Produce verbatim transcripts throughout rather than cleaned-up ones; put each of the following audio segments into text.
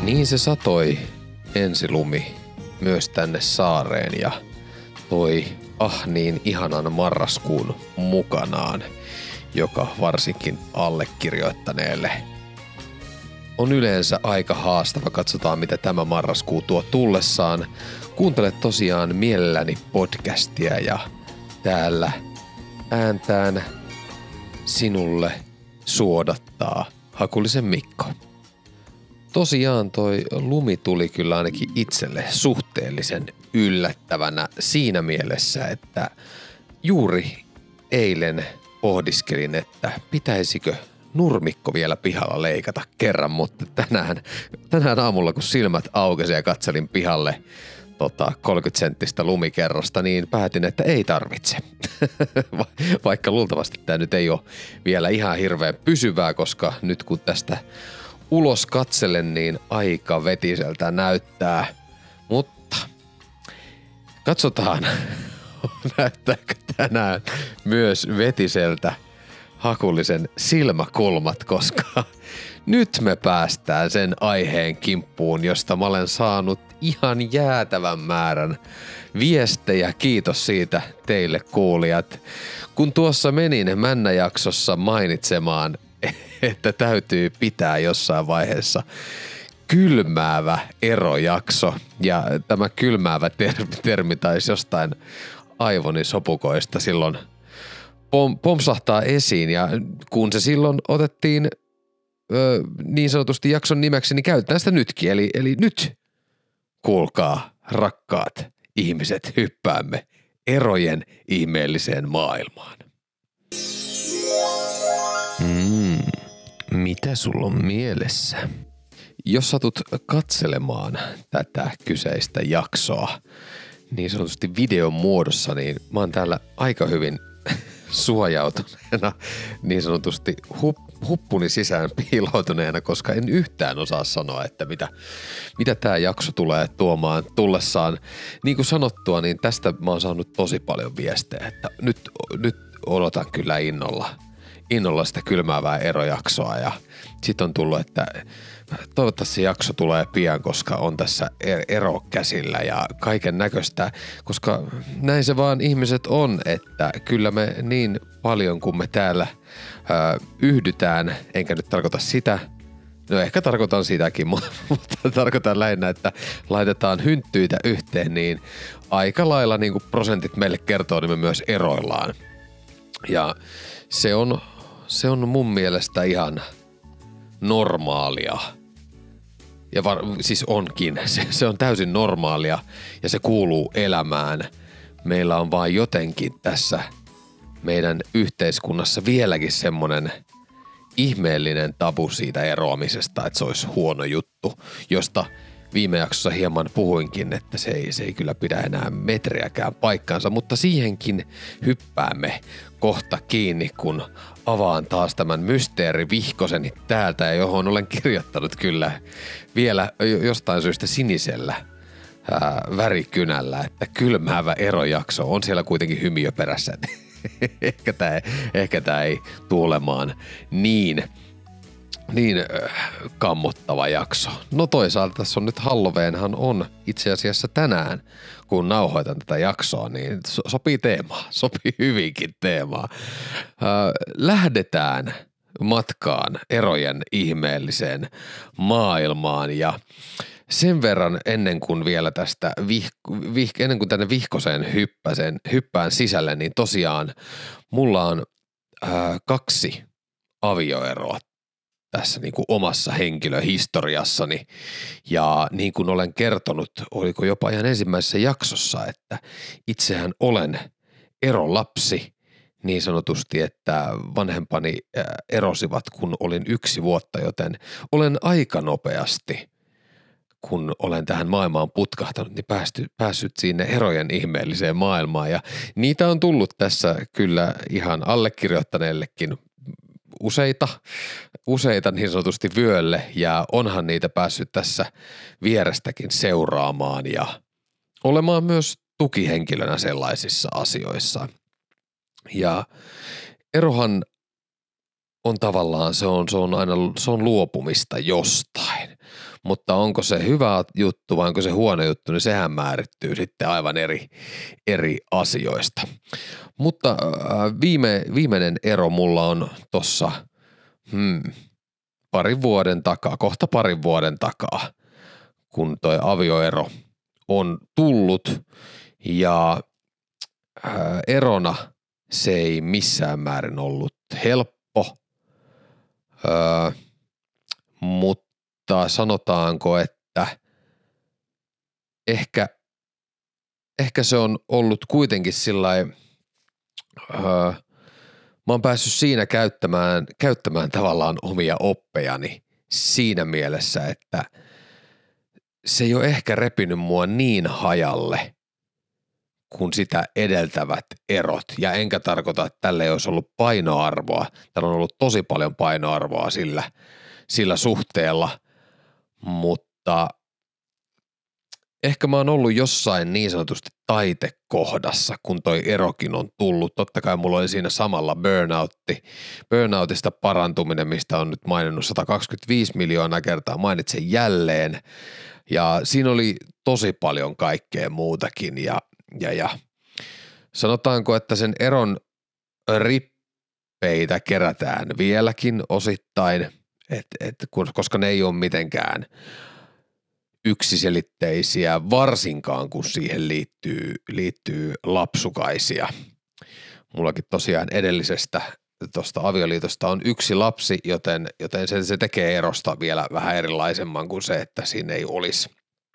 Niin se satoi ensilumi myös tänne saareen ja toi ah niin ihanan marraskuun mukanaan, joka varsinkin allekirjoittaneelle on yleensä aika haastava. Katsotaan, mitä tämä marraskuu tuo tullessaan. Kuuntele tosiaan mielelläni podcastia ja täällä ääntään sinulle suodattaa Hakulisen Mikko. Tosiaan toi lumi tuli kyllä ainakin itselle suhteellisen yllättävänä siinä mielessä, että juuri eilen pohdiskelin, että pitäisikö nurmikko vielä pihalla leikata kerran, mutta tänään, tänään aamulla kun silmät aukesi ja katselin pihalle tota, kolmekymmentä senttistä lumikerrosta, niin päätin, että ei tarvitse. Va- vaikka luultavasti tämä nyt ei ole vielä ihan hirveän pysyvää, koska nyt kun tästä ulos katselen, niin aika vetiseltä näyttää. Mutta katsotaan, näyttääkö tänään myös vetiseltä Hakulisen silmäkulmat, koska nyt me päästään sen aiheen kimppuun, josta mä olen saanut ihan jäätävän määrän viestejä. Kiitos siitä teille kuulijat. Kun tuossa menin Männä-jaksossa mainitsemaan, että täytyy pitää jossain vaiheessa kylmäävä erojakso, ja tämä kylmäävä termi, termi taisi jostain aivoni sopukoista silloin pom, pomsahtaa esiin, ja kun se silloin otettiin ö, niin sanotusti jakson nimeksi, niin käytetään sitä nytkin, eli, eli nyt kuulkaa rakkaat ihmiset, hyppäämme erojen ihmeelliseen maailmaan. Mm, mitä sulla on mielessä? Jos satut katselemaan tätä kyseistä jaksoa niin sanotusti videon muodossa, niin mä oon täällä aika hyvin suojautuneena, niin sanotusti hup, huppuni sisään piiloutuneena, koska en yhtään osaa sanoa, että mitä, mitä tää jakso tulee tuomaan tullessaan. Niin kuin sanottua, niin tästä mä oon saanut tosi paljon viestejä, että nyt, nyt odotan kyllä innolla. innolla sitä kylmäävää erojaksoa, ja sit on tullut, että toivottavasti se jakso tulee pian, koska on tässä ero käsillä ja kaiken näköistä, koska näin se vaan ihmiset on, että kyllä me niin paljon kuin me täällä ö, yhdytään, enkä nyt tarkoita sitä, no ehkä tarkoitan sitäkin, mutta tarkoitan lähinnä, että laitetaan hynttyitä yhteen, niin aika lailla niin kuin prosentit meille kertoo, niin me myös eroillaan. Ja se on Se on mun mielestä ihan normaalia. Ja var, siis onkin. Se, se on täysin normaalia ja se kuuluu elämään. Meillä on vaan jotenkin tässä meidän yhteiskunnassa vieläkin semmonen ihmeellinen tabu siitä eroamisesta, että se olisi huono juttu, josta viime jaksossa hieman puhuinkin, että se ei, se ei kyllä pidä enää metriäkään paikkaansa, mutta siihenkin hyppäämme kohta kiinni, kun avaan taas tämän mysteerivihkoseni täältä, ja johon olen kirjoittanut kyllä vielä jostain syystä sinisellä ää, värikynällä, että kylmäävä erojakso on siellä kuitenkin hymiö perässä. ehkä tämä ehkä tää ei tuulemaan niin Niin äh, kammottava jakso. No toisaalta tässä on nyt Halloweenhan on itse asiassa tänään, kun nauhoitan tätä jaksoa, niin so- sopii teemaa. Sopii hyvinkin teemaa. Äh, lähdetään matkaan erojen ihmeelliseen maailmaan, ja sen verran ennen kuin vielä tästä vih- vih- ennen kuin tänne vihkoseen hyppäsen, hyppään sisälle, niin tosiaan mulla on äh, kaksi avioeroa tässä niin kuin omassa henkilöhistoriassani, ja niin kuin olen kertonut, oliko jopa ihan ensimmäisessä jaksossa, että itsehän olen erolapsi niin sanotusti, että vanhempani erosivat kun olin yksi vuotta, joten olen aika nopeasti, kun olen tähän maailmaan putkahtanut, niin päästy, päässyt sinne erojen ihmeelliseen maailmaan, ja niitä on tullut tässä kyllä ihan allekirjoittaneellekin useita, useita niin sanotusti vyölle, ja onhan niitä päässyt tässä vierestäkin seuraamaan ja olemaan myös tukihenkilönä sellaisissa asioissa. Ja erohan on tavallaan, se on, se on aina se on luopumista jostain, mutta onko se hyvä juttu vai onko se huono juttu, niin sehän määrittyy sitten aivan eri, eri asioista. Mutta äh, viime, viimeinen ero mulla on tossa hmm, parin vuoden takaa, kohta parin vuoden takaa, kun toi avioero on tullut ja äh, erona se ei missään määrin ollut helppo, äh, mutta sanotaanko, että ehkä, ehkä se on ollut kuitenkin sillai, äh, mä oon päässyt siinä käyttämään, käyttämään tavallaan omia oppejani siinä mielessä, että se ei ole ehkä repinyt mua niin hajalle kuin sitä edeltävät erot. Ja enkä tarkoita, että tälle ei olisi ollut painoarvoa. Täällä on ollut tosi paljon painoarvoa sillä, sillä suhteella, mutta ehkä mä oon ollut jossain niin sanotusti taitekohdassa, kun toi erokin on tullut. Totta kai mulla oli siinä samalla burnoutti, burnoutista parantuminen, mistä on nyt maininnut sata kaksikymmentäviisi miljoonaa kertaa, mainitsen jälleen. Ja siinä oli tosi paljon kaikkea muutakin ja, ja, ja sanotaanko, että sen eron rippeitä kerätään vieläkin osittain, et, et, koska ne ei ole mitenkään yksiselitteisiä, varsinkaan kun siihen liittyy, liittyy lapsukaisia. Mullakin tosiaan edellisestä tuosta avioliitosta on yksi lapsi, joten, joten se, se tekee erosta vielä vähän erilaisemman kuin se, että siinä ei olisi,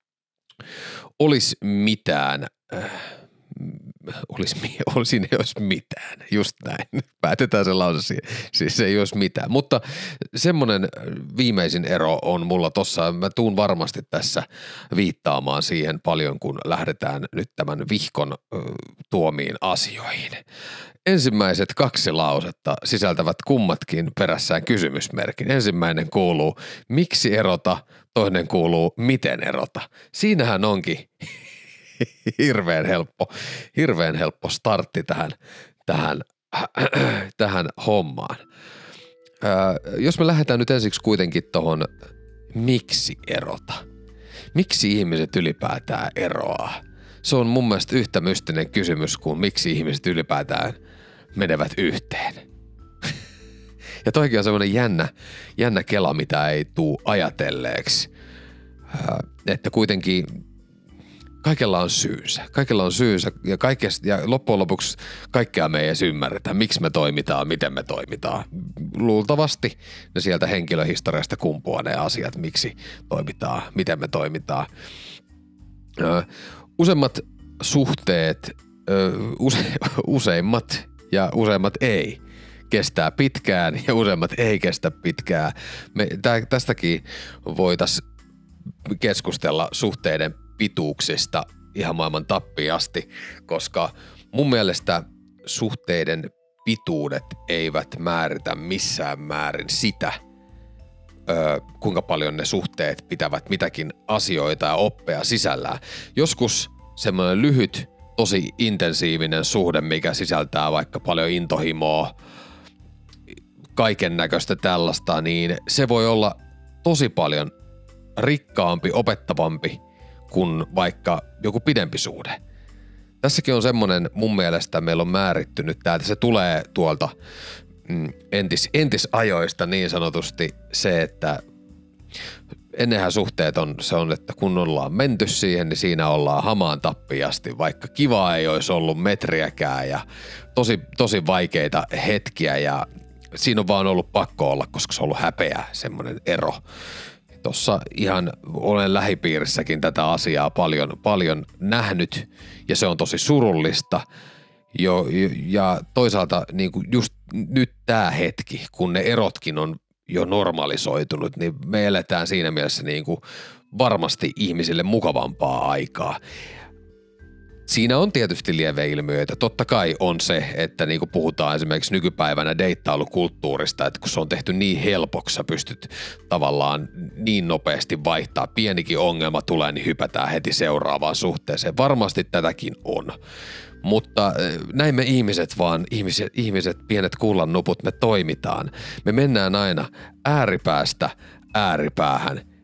olisi mitään, äh, olisi, olisi, siinä ei olisi mitään, just näin, päätetään se lause siihen, siis ei olisi mitään, mutta semmoinen viimeisin ero on mulla tossa, mä tuun varmasti tässä viittaamaan siihen paljon, kun lähdetään nyt tämän vihkon äh, tuomiin asioihin. Ensimmäiset kaksi lausetta sisältävät kummatkin perässään kysymysmerkin. Ensimmäinen kuuluu, miksi erota, toinen kuuluu, miten erota. Siinähän onkin hirveän helppo, hirveän helppo startti tähän, tähän, äh, tähän hommaan. Äh, jos me lähdetään nyt ensiksi kuitenkin tohon, miksi erota? Miksi ihmiset ylipäätään eroaa? Se on mun mielestä yhtä mystinen kysymys kuin miksi ihmiset ylipäätään menevät yhteen. Ja toikin on semmoinen jännä, jännä kela, mitä ei tuu ajatelleeksi. Että kuitenkin kaikella on syynsä. Kaikella on syynsä ja, kaikesta, ja loppujen lopuksi kaikkea me ei edes ymmärretä, miksi me toimitaan, miten me toimitaan. Luultavasti ne sieltä henkilöhistoriasta kumpuaa ne asiat, miksi toimitaan, miten me toimitaan. Useimmat suhteet, use, useimmat ja useimmat ei kestää pitkään ja useimmat ei kestä pitkään. Me, tä, tästäkin voitaisiin keskustella suhteiden pituuksista ihan maailman tappiin asti, koska mun mielestä suhteiden pituudet eivät määritä missään määrin sitä, Öö, kuinka paljon ne suhteet pitävät mitäkin asioita ja oppeja sisällään. Joskus semmoinen lyhyt, tosi intensiivinen suhde, mikä sisältää vaikka paljon intohimoa, kaiken näköistä tällaista, niin se voi olla tosi paljon rikkaampi, opettavampi kuin vaikka joku pidempi suhde. Tässäkin on semmoinen mun mielestä meillä on määrittynyt täältä, se tulee tuolta entis, entisajoista niin sanotusti se, että ennenhän suhteet on, se on, että kun ollaan menty siihen, niin siinä ollaan hamaan tappiasti, vaikka kivaa ei olisi ollut metriäkään ja tosi, tosi vaikeita hetkiä ja siinä on vaan ollut pakko olla, koska se on ollut häpeä, semmoinen ero. Tuossa ihan olen lähipiirissäkin tätä asiaa paljon, paljon nähnyt ja se on tosi surullista. Jo, ja toisaalta niin kuin just nyt tämä hetki, kun ne erotkin on jo normalisoitunut, niin me eletään siinä mielessä niin kuin varmasti ihmisille mukavampaa aikaa. Siinä on tietysti lieveilmiöitä. Totta kai on se, että niin kuin puhutaan esimerkiksi nykypäivänä deittailukulttuurista, että kun se on tehty niin helpoksi, sä pystyt tavallaan niin nopeasti vaihtaa. Pienikin ongelma tulee, niin hypätään heti seuraavaan suhteeseen. Varmasti tätäkin on. Mutta näin me ihmiset vaan, ihmiset, ihmiset pienet kullannuput, me toimitaan. Me mennään aina ääripäästä ääripäähän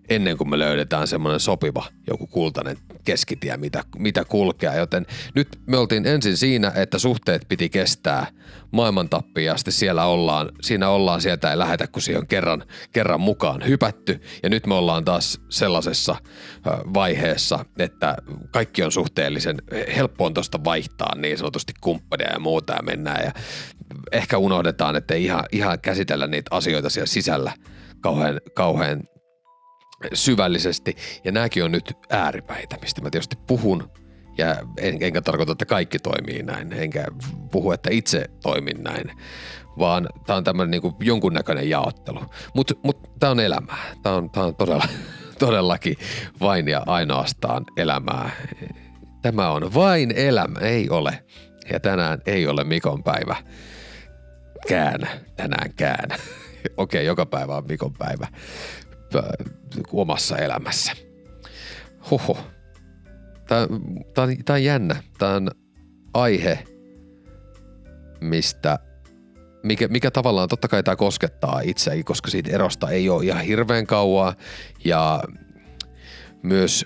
ennen kuin me löydetään semmoinen sopiva joku kultainen keskitie, mitä, mitä kulkea. Joten nyt me oltiin ensin siinä, että suhteet piti kestää maailmantappiin asti. Siellä ollaan, siinä ollaan, sieltä ei lähetä, kun siihen on kerran, kerran mukaan hypätty. Ja nyt me ollaan taas sellaisessa vaiheessa, että kaikki on suhteellisen helppo on tuosta vaihtaa niin sanotusti kumppania ja muuta ja mennään. Ja ehkä unohdetaan, että ei ihan, ihan käsitellä niitä asioita siellä sisällä kauhean, kauhean syvällisesti. Ja nämäkin on nyt ääripäitä, mistä mä tietysti puhun. Ja en, enkä tarkoita, että kaikki toimii näin, enkä puhu, että itse toimin näin, vaan tää on tämmöinen niinku jonkunnäköinen jaottelu. Mutta mut tää on elämää. Tää on, tää on todella, todellakin vain ja ainoastaan elämää. Tämä on vain elämä, ei ole. Ja tänään ei ole Mikon päivä. Kään, tänäänkään. Okei, joka päivä on Mikon päivä omassa elämässä. Huhhuh. Tää, tää, on, tää on jännä. Tää on aihe, mistä, mikä, mikä tavallaan totta kai tää koskettaa itseäkin, koska siitä erosta ei ole ihan hirveän kauaa. Ja myös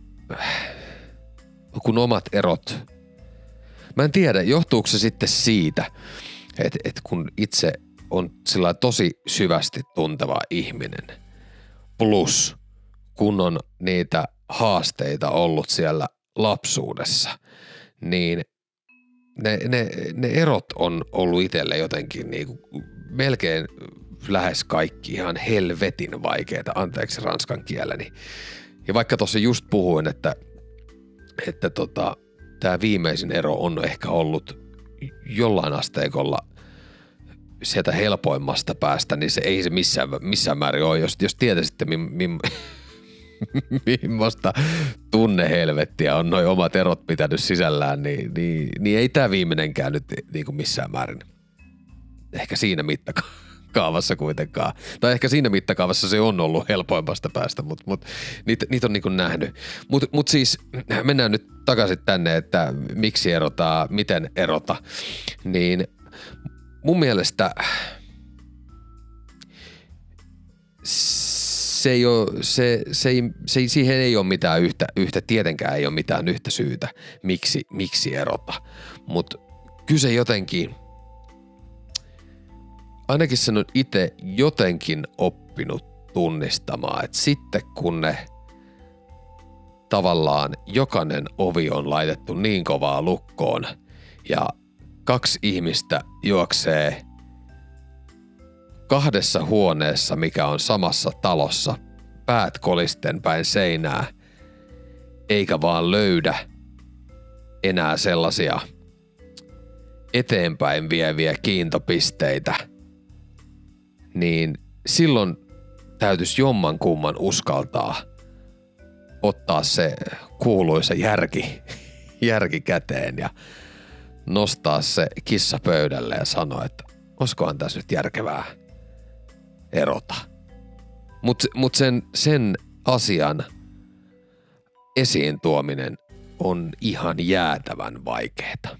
kun omat erot, mä en tiedä, johtuuko se sitten siitä, että, että kun itse on sillä tosi syvästi tunteva ihminen, plus kun on niitä haasteita ollut siellä lapsuudessa, niin ne, ne, ne erot on ollut itselle jotenkin niin kuin melkein lähes kaikki ihan helvetin vaikeita, anteeksi ranskan kieleni. Ja vaikka tuossa just puhuin, että, että tota, tämä viimeisin ero on ehkä ollut jollain asteikolla sieltä helpoimmasta päästä, niin se ei se missään, missään määrin ole. Jos, jos tietäisitte, mi, mi, millaista tunnehelvettiä on noi omat erot pitänyt sisällään, niin, niin, niin ei tämä viimeinenkään nyt niin kuin missään määrin. Ehkä siinä mittakaavassa kuitenkaan. Tai ehkä siinä mittakaavassa se on ollut helpoimmasta päästä, mutta mut, niitä, niitä on niin kuin nähnyt. Mutta mut siis mennään nyt takaisin tänne, että miksi erota, miten erota. Niin mun mielestä se ei ole, se, se ei, se ei, siihen ei ole mitään yhtä, yhtä, tietenkään ei ole mitään yhtä syytä, miksi, miksi erota. Mutta kyse jotenkin, ainakin sen on itse jotenkin oppinut tunnistamaan, että sitten kun ne tavallaan jokainen ovi on laitettu niin kovaa lukkoon ja kaksi ihmistä juoksee kahdessa huoneessa, mikä on samassa talossa, päät kolisten päin seinää, eikä vaan löydä enää sellaisia eteenpäin vieviä kiintopisteitä, niin silloin täytyisi jomman kumman uskaltaa ottaa se kuuluisa järki, järki käteen ja nostaa se kissa pöydälle ja sanoa, että olisikohan tässä nyt järkevää erota. Mutta mut sen, sen asian esiin tuominen on ihan jäätävän vaikeeta.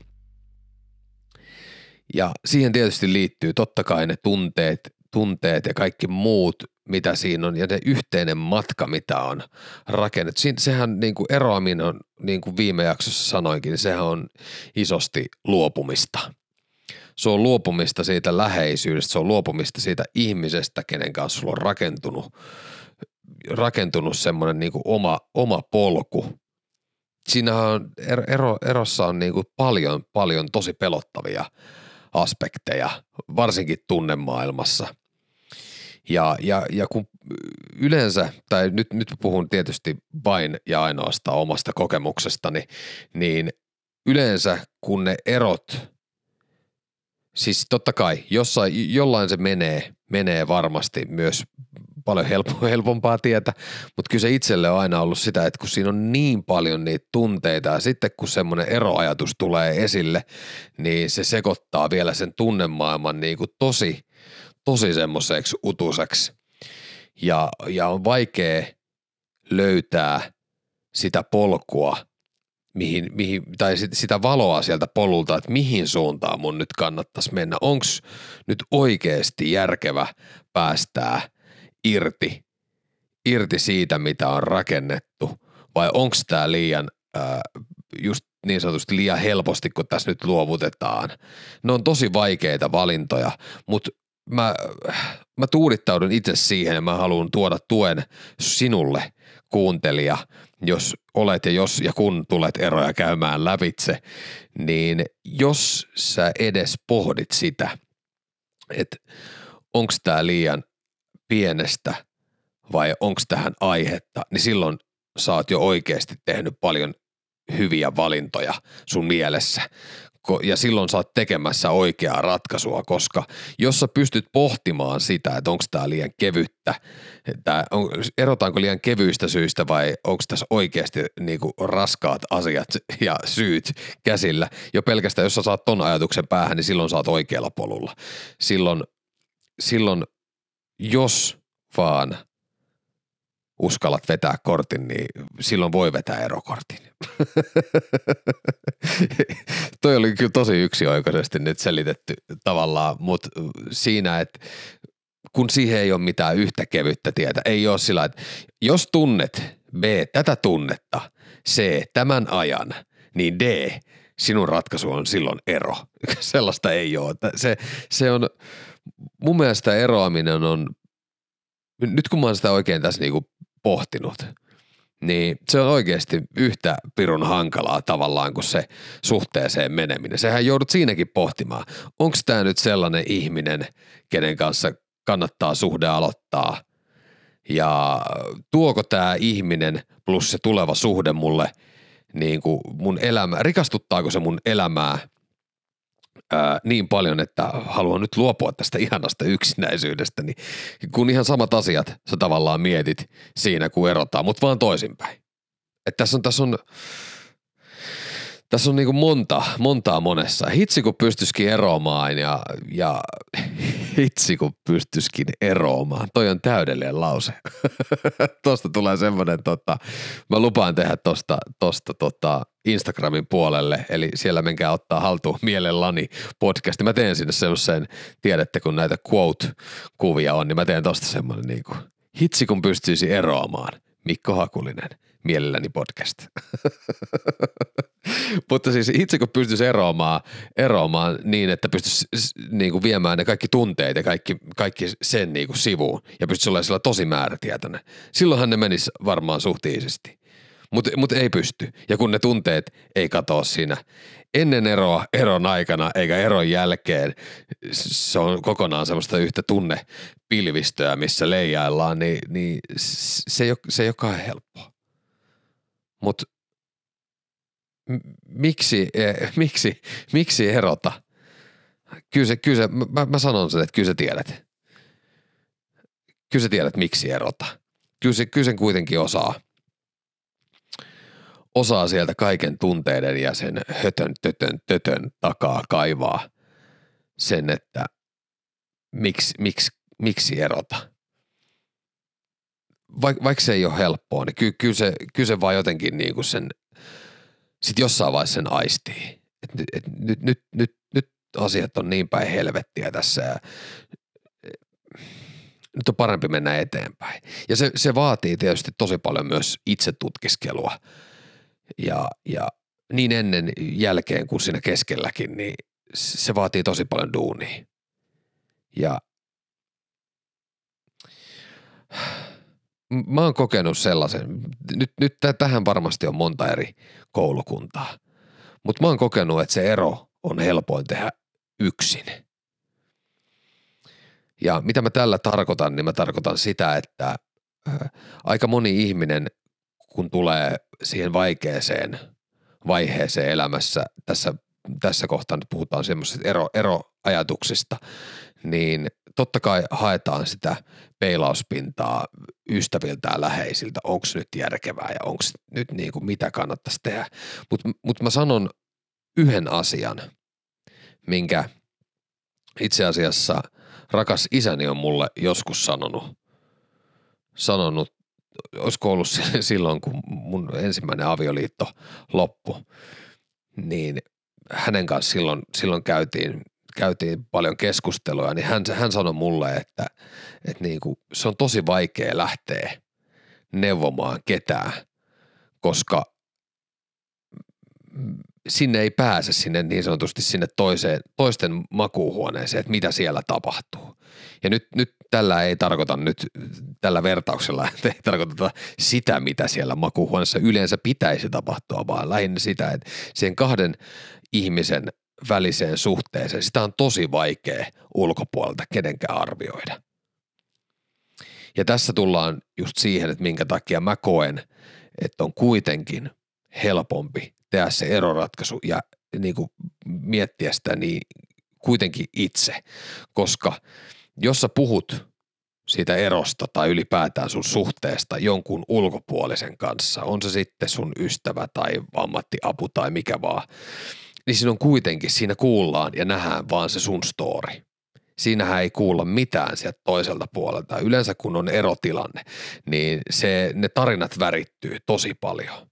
Ja siihen tietysti liittyy totta kai ne tunteet, tunteet ja kaikki muut, mitä siinä on, ja ne yhteinen matka, mitä on rakennettu. Sehän niin kuin eroaminen on, niin kuin viime jaksossa sanoinkin, sehän on isosti luopumista. Se on luopumista siitä läheisyydestä, se on luopumista siitä ihmisestä, kenen kanssa sulla on rakentunut, rakentunut semmoinen niin kuin oma, oma polku. Siinähän on, ero, erossa on niin kuin paljon, paljon tosi pelottavia aspekteja, varsinkin tunnemaailmassa. Ja, ja, ja kun yleensä, tai nyt, nyt puhun tietysti vain ja ainoastaan omasta kokemuksestani, niin yleensä kun ne erot, siis totta kai jossain, jollain se menee, menee varmasti myös paljon helpo, helpompaa tietä, mutta kyllä se itselle on aina ollut sitä, että kun siinä on niin paljon niitä tunteita ja sitten kun semmoinen eroajatus tulee esille, niin se sekoittaa vielä sen tunnemaailman niin kuin tosi, tosi semmoiseksi utuseksi ja, ja on vaikea löytää sitä polkua, mihin, mihin, tai sitä valoa sieltä polulta, että mihin suuntaan mun nyt kannattaisi mennä. Onko nyt oikeasti järkevä päästää irti irti siitä, mitä on rakennettu, vai onko tämä liian ää, just niin sanotusti liian helposti, kun tässä nyt luovutetaan. Ne on tosi vaikeita valintoja, mutta mä, mä tuudittaudun itse siihen ja mä haluan tuoda tuen sinulle, kuuntelija, jos olet ja jos ja kun tulet eroja käymään lävitse, niin jos sä edes pohdit sitä, että onko tämä liian pienestä vai onko tähän aihetta, niin silloin sä oot jo oikeasti tehnyt paljon hyviä valintoja sun mielessä. Ja silloin sä oot tekemässä oikeaa ratkaisua, koska jos sä pystyt pohtimaan sitä, että onko tää liian kevyttä, että on, erotaanko liian kevyistä syistä vai onko tässä oikeasti niinku raskaat asiat ja syyt käsillä. Jo pelkästään, jos sä saat ton ajatuksen päähän, niin silloin sä oot oikealla polulla. Silloin, silloin jos vaan uskallat vetää kortin, niin silloin voi vetää erokortin. Toi oli kyllä tosi yksioikoisesti nyt selitetty tavallaan, mutta siinä, että kun siihen ei ole mitään yhtä kevyttä tietä, ei ole sillä, että jos tunnet B, tätä tunnetta, C, tämän ajan, niin D, sinun ratkaisu on silloin ero. Sellaista ei ole. Se, se on, mun mielestä eroaminen on, nyt kun mä oon sitä oikein tässä niinku pohtinut, niin se on oikeasti yhtä pirun hankalaa tavallaan kuin se suhteeseen meneminen. Sehän joudut siinäkin pohtimaan, onko tämä nyt sellainen ihminen, kenen kanssa kannattaa suhde aloittaa ja tuoko tämä ihminen plus se tuleva suhde mulle niin kuin mun elämä, rikastuttaako se mun elämää ää, niin paljon, että haluan nyt luopua tästä ihanasta yksinäisyydestä, niin kun ihan samat asiat sä tavallaan mietit siinä, kun erotaan, mutta vaan toisinpäin. Että tässä on, tässä on, tässä on niin kuin monta, montaa monessa. Hitsi kun pystyisikin eroamaan ja, ja hitsi kun pystyisikin eroamaan. Toi on täydellinen lause. Tosta tulee semmoinen, tota, mä lupaan tehdä tosta, tosta tota Instagramin puolelle, eli siellä menkää ottaa haltuun Mielelläni podcasti. Mä teen sinne semmoisen, tiedätte kun näitä quote-kuvia on, niin mä teen tosta semmoinen niin kuin, hitsi kun pystyisi eroamaan. Mikko Hakulinen, Mielelläni podcast. Mutta siis itse kun pystyisi eroamaan, eroamaan niin, että pystyisi niin kuin viemään ne kaikki tunteet ja kaikki, kaikki sen niin kuin sivuun ja pystyisi olemaan sillä tosi määrätietoinen. Silloinhan ne menisi varmaan suhtiisesti, mutta mut ei pysty. Ja kun ne tunteet ei katoa siinä ennen eroa, eron aikana eikä eron jälkeen, se on kokonaan semmoista yhtä tunnepilvistöä, missä leijaillaan, niin, niin se ei ole, se ei olekaan helppoa. Mutta miksi, eh, miksi, miksi erota? Kyllä se, kyllä se, mä, mä sanon sen, että kyllä sä tiedät. Kyllä sä tiedät, miksi erota. Kyllä se, kyllä sen kuitenkin osaa. Osaa sieltä kaiken tunteiden ja sen hötön, tötön, tötön takaa kaivaa sen, että miksi, miksi, miksi erota. Vaik, vaikka se ei ole helppoa, niin ky, kyllä, se, kyllä se vaan jotenkin niin kuin sen, sit jossain vaiheessa sen aistii. Et, et, nyt, nyt, nyt, nyt asiat on niin päin helvettiä tässä ja nyt on parempi mennä eteenpäin. Ja se, se vaatii tietysti tosi paljon myös itsetutkiskelua. Ja, ja niin ennen jälkeen kuin siinä keskelläkin, niin se vaatii tosi paljon duunia. Ja mä oon kokenut sellaisen, nyt, nyt tähän varmasti on monta eri koulukuntaa, mutta mä oon kokenut, että se ero on helpoin tehdä yksin. Ja mitä mä tällä tarkoitan, niin mä tarkoitan sitä, että aika moni ihminen, kun tulee siihen vaikeeseen vaiheeseen elämässä, tässä, tässä kohtaa nyt puhutaan semmoisista ero, eroajatuksista, niin totta kai haetaan sitä peilauspintaa ystäviltään läheisiltä, onko nyt järkevää ja onko nyt niin kuin mitä kannattaisi tehdä. Mutta mut mä sanon yhden asian, minkä itse asiassa rakas isäni on mulle joskus sanonut, sanonut, olisiko ollut silloin, kun mun ensimmäinen avioliitto loppui, niin hänen kanssa silloin, silloin käytiin, käytiin paljon keskustelua, niin hän, hän sanoi mulle, että, että niin kuin, se on tosi vaikea lähteä neuvomaan ketään, koska sinne ei pääse sinne niin sanotusti sinne toiseen, toisten makuuhuoneeseen, että mitä siellä tapahtuu. Ja nyt, nyt tällä ei tarkoita nyt, tällä vertauksella ei tarkoita sitä, mitä siellä makuuhuoneessa yleensä pitäisi tapahtua, vaan lähinnä sitä, että sen kahden ihmisen väliseen suhteeseen, sitä on tosi vaikea ulkopuolelta kenenkään arvioida. Ja tässä tullaan just siihen, että minkä takia mä koen, että on kuitenkin helpompi tehdä se eroratkaisu ja niin kuin miettiä sitä niin kuitenkin itse, koska jos sä puhut siitä erosta tai ylipäätään sun suhteesta jonkun ulkopuolisen kanssa, on se sitten sun ystävä tai ammattiapu tai mikä vaan, niin siinä on kuitenkin, siinä kuullaan ja nähdään vaan se sun story. Siinähän ei kuulla mitään sieltä toiselta puolelta. Yleensä kun on erotilanne, niin se, ne tarinat värittyy tosi paljon.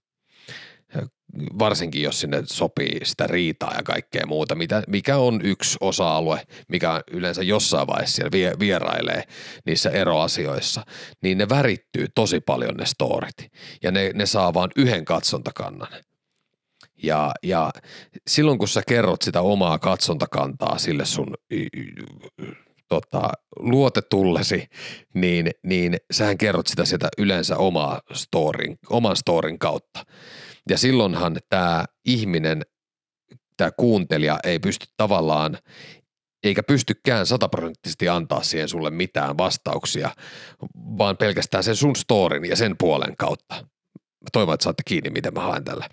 Varsinkin jos sinne sopii sitä riitaa ja kaikkea muuta, mitä, mikä on yksi osa-alue, mikä yleensä jossain vaiheessa siellä vierailee niissä eroasioissa, niin ne värittyy tosi paljon ne storit ja ne, ne saa vaan yhden katsontakannan. Ja, ja silloin kun sä kerrot sitä omaa katsontakantaa sille sun y, y, tota, luotetullesi, niin, niin sähän kerrot sitä sieltä yleensä omaa storin, oman storin kautta. Ja silloinhan tämä ihminen, tämä kuuntelija ei pysty tavallaan, eikä pystykään sataprosenttisesti antaa siihen sulle mitään vastauksia, vaan pelkästään sen sun storin ja sen puolen kautta. Mä toivon, että saatte kiinni, miten mä haen tällä.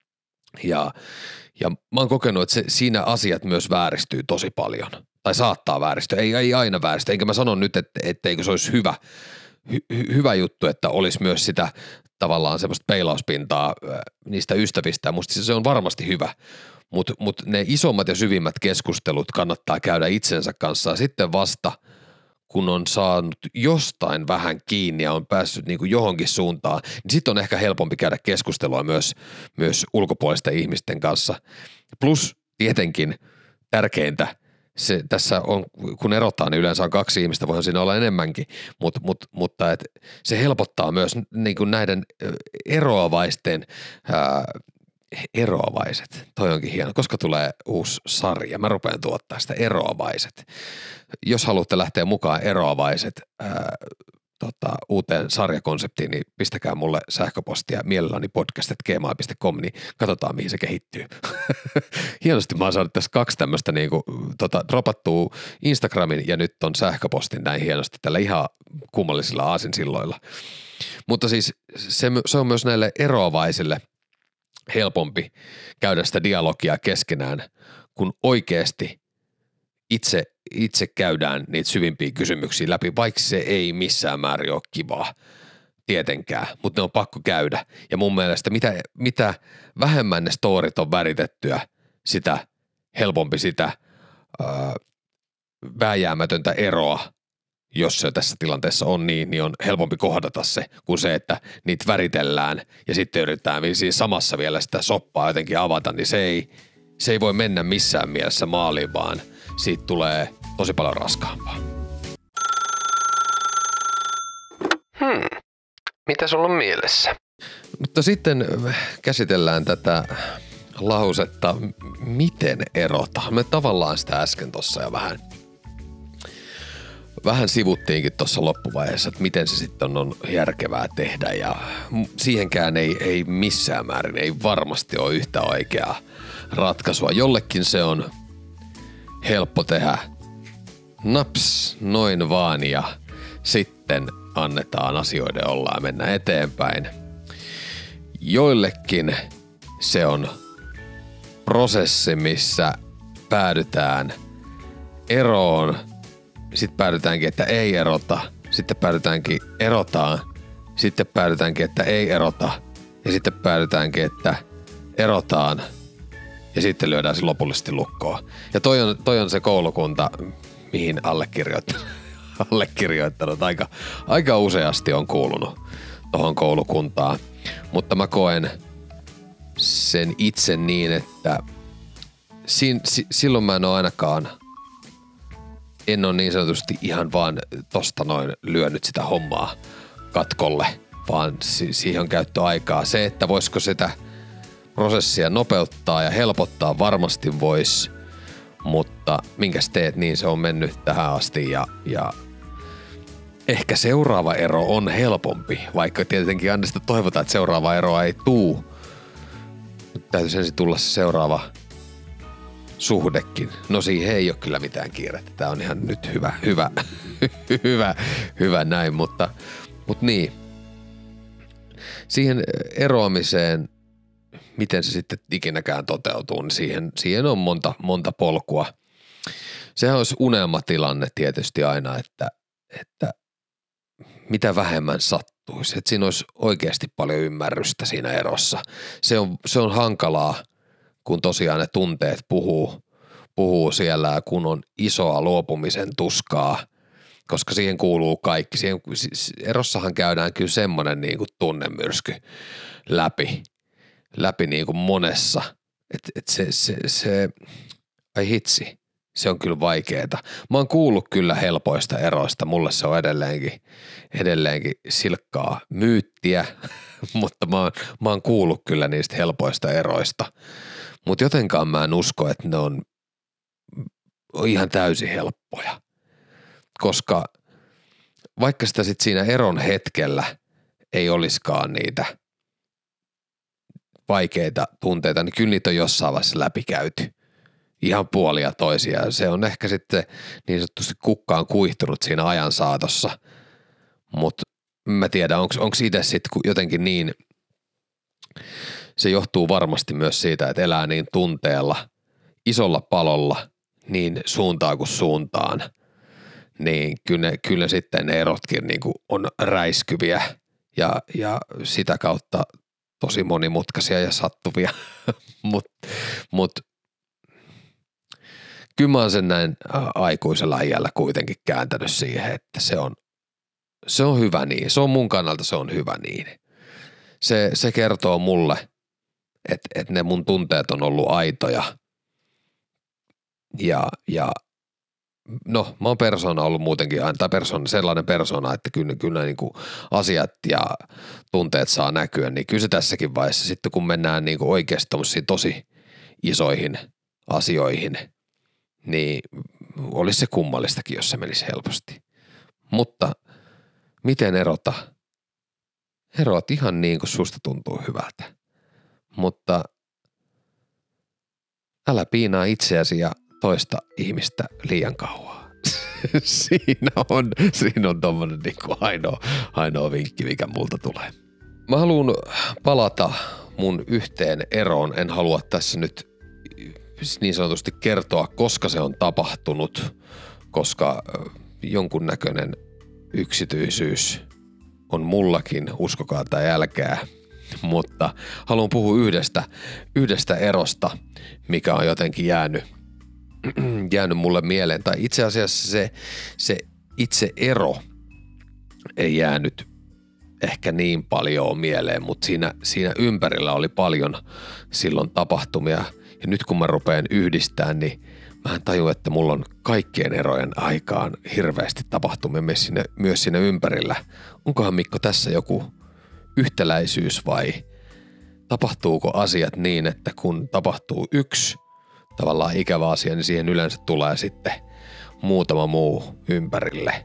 Ja, ja mä oon kokenut, että se, siinä asiat myös vääristyy tosi paljon. Tai saattaa vääristyä, ei, ei aina vääristyä. Enkä mä sano nyt, että etteikö se olisi hyvä, hy, hyvä juttu, että olisi myös sitä tavallaan semmoista peilauspintaa niistä ystävistä. Musta se on varmasti hyvä, mutta mut ne isommat ja syvimmät keskustelut kannattaa käydä itsensä kanssa. Sitten vasta, kun on saanut jostain vähän kiinni ja on päässyt niin kuin johonkin suuntaan, niin sitten on ehkä helpompi käydä keskustelua myös, myös ulkopuolisten ihmisten kanssa. Plus tietenkin tärkeintä, se, tässä on, kun erotaan, niin yleensä on kaksi ihmistä, voihan siinä olla enemmänkin, Mut, mut, mutta et se helpottaa myös niin kuin näiden eroavaisten, ää, eroavaiset, toi onkin hieno, koska tulee uusi sarja, mä rupean tuottaa sitä eroavaiset. Jos haluatte lähteä mukaan eroavaiset ää, tota, uuteen sarjakonseptiin, niin pistäkää mulle sähköpostia mielelläni podcast at gmail piste com, niin katsotaan mihin se kehittyy. Hienosti mä oon saanut tässä kaksi tämmöistä niinku, tota, dropattua Instagramin ja nyt on sähköpostin näin hienosti tällä ihan kummallisilla aasinsilloilla. Mutta siis se, se on myös näille eroavaisille helpompi käydä sitä dialogia keskenään, kun oikeasti itse, itse käydään niitä syvimpiä kysymyksiä läpi, vaikka se ei missään määrin ole kivaa tietenkään, mutta ne on pakko käydä. Ja mun mielestä mitä, mitä vähemmän ne storit on väritettyä, sitä helpompi sitä ää, vääjäämätöntä eroa, jos se tässä tilanteessa on niin, niin on helpompi kohdata se, kuin se, että niitä väritellään ja sitten yritetään siinä samassa vielä sitä soppaa jotenkin avata, niin se ei, se ei voi mennä missään mielessä maaliin, vaan siitä tulee tosi paljon raskaampaa. Hmm. Mitä sulla on mielessä? Mutta sitten käsitellään tätä lausetta, miten erota. Me tavallaan sitä äsken tuossa jo vähän Vähän sivuttiinkin tuossa loppuvaiheessa, että miten se sitten on järkevää tehdä ja siihenkään ei, ei missään määrin, ei varmasti ole yhtä oikeaa ratkaisua. Jollekin se on helppo tehdä naps, noin vaan ja sitten annetaan asioiden olla ja mennä eteenpäin. Joillekin se on prosessi, missä päädytään eroon. Sitten päädytäänkin, että ei erota. Sitten päädytäänkin erotaan. Sitten päädytäänkin, että ei erota. Ja sitten päädytäänkin, että erotaan. Ja sitten lyödään se lopullisesti lukkoon. Ja toi on, toi on se koulukunta, mihin allekirjoittanut, allekirjoittanut. Aika, aika useasti on kuulunut tohon koulukuntaan. Mutta mä koen sen itse niin, että sin, si, silloin mä en ole ainakaan En ole niin sanotusti ihan vaan tosta noin lyönyt sitä hommaa katkolle, vaan si- siihen on käyttö aikaa. Se, että voisiko sitä prosessia nopeuttaa ja helpottaa varmasti vois, mutta minkäs teet, niin se on mennyt tähän asti ja, ja ehkä seuraava ero on helpompi, vaikka tietenkin aina sitä toivotaan, että seuraava eroa ei tuu. Täytyisi ensin tulla se seuraava suhdekin. No siihen ei ole kyllä mitään kiirettä. Tää on ihan nyt hyvä, hyvä, hyvä, hyvä näin, mutta, mutta niin. Siihen eroamiseen, miten se sitten ikinäkään toteutuu, niin siihen, siihen on monta, monta polkua. Sehän olisi unelmatilanne tietysti aina, että, että mitä vähemmän sattuisi. Että siinä olisi oikeasti paljon ymmärrystä siinä erossa. Se on, se on hankalaa, kun tosiaan ne tunteet puhuu, puhuu siellä, kun on isoa luopumisen tuskaa, koska siihen kuuluu kaikki. Siihen, erossahan käydään kyllä semmoinen niin kuin tunnemyrsky läpi, läpi niin kuin monessa. Että et se, se, se, ai hitsi, se on kyllä vaikeeta. Mä oon kuullut kyllä helpoista eroista, mulle se on edelleenkin, edelleenkin silkkaa myyttiä, mutta mä oon, mä oon kuullut kyllä niistä helpoista eroista. Mutta jotenkaan mä en usko, että ne on, on ihan täysin helppoja, koska vaikka sitä sit siinä eron hetkellä ei olisikaan niitä vaikeita tunteita, niin kyllä niitä on jossain vaiheessa läpikäyty ihan puolia toisia. Se on ehkä sitten niin sanotusti kukkaan kuihtunut siinä ajan saatossa, mutta mä tiedän, onko itse sitten jotenkin niin, se johtuu varmasti myös siitä, että elää niin tunteella, isolla palolla, niin suuntaan kuin suuntaan, niin kyllä, ne, kyllä sitten ne erotkin niin kuin on räiskyviä ja, ja sitä kautta tosi monimutkaisia ja sattuvia, mutta mut, kyllä mä oon sen näin aikuisella iällä kuitenkin kääntänyt siihen, että se on, se on hyvä niin, se on mun kannalta se on hyvä niin. Se, se kertoo mulle, että et ne mun tunteet on ollut aitoja ja, ja no mä oon persoona ollut muutenkin, tai persoona, sellainen persoona, että kyllä, kyllä niin kuin asiat ja tunteet saa näkyä, niin kyllä se tässäkin vaiheessa sitten kun mennään niin kuin oikeasti tommosiin tosi isoihin asioihin, niin olisi se kummallistakin, jos se menisi helposti. Mutta miten erota? Eroat ihan niin kuin susta tuntuu hyvältä, mutta älä piinaa itseäsi ja toista ihmistä liian kauan. siinä on, siinä on tommonen niin kuin ainoa, ainoa vinkki, mikä multa tulee. Mä haluan palata mun yhteen eroon. En halua tässä nyt niin sanotusti kertoa, koska se on tapahtunut, koska jonkunnäköinen yksityisyys on mullakin, uskokaa tai älkää, mutta haluan puhua yhdestä, yhdestä erosta, mikä on jotenkin jäänyt, jäänyt mulle mieleen. Tai itse asiassa se, se itse ero ei jäänyt ehkä niin paljon mieleen, mutta siinä, siinä ympärillä oli paljon silloin tapahtumia. Ja nyt kun mä rupean yhdistämään, niin mä tajun, että mulla on kaikkien erojen aikaan hirveästi tapahtumia myös siinä, myös siinä ympärillä. Onkohan Mikko tässä joku yhtäläisyys vai tapahtuuko asiat niin, että kun tapahtuu yksi tavallaan ikävä asia, niin siihen yleensä tulee sitten muutama muu ympärille.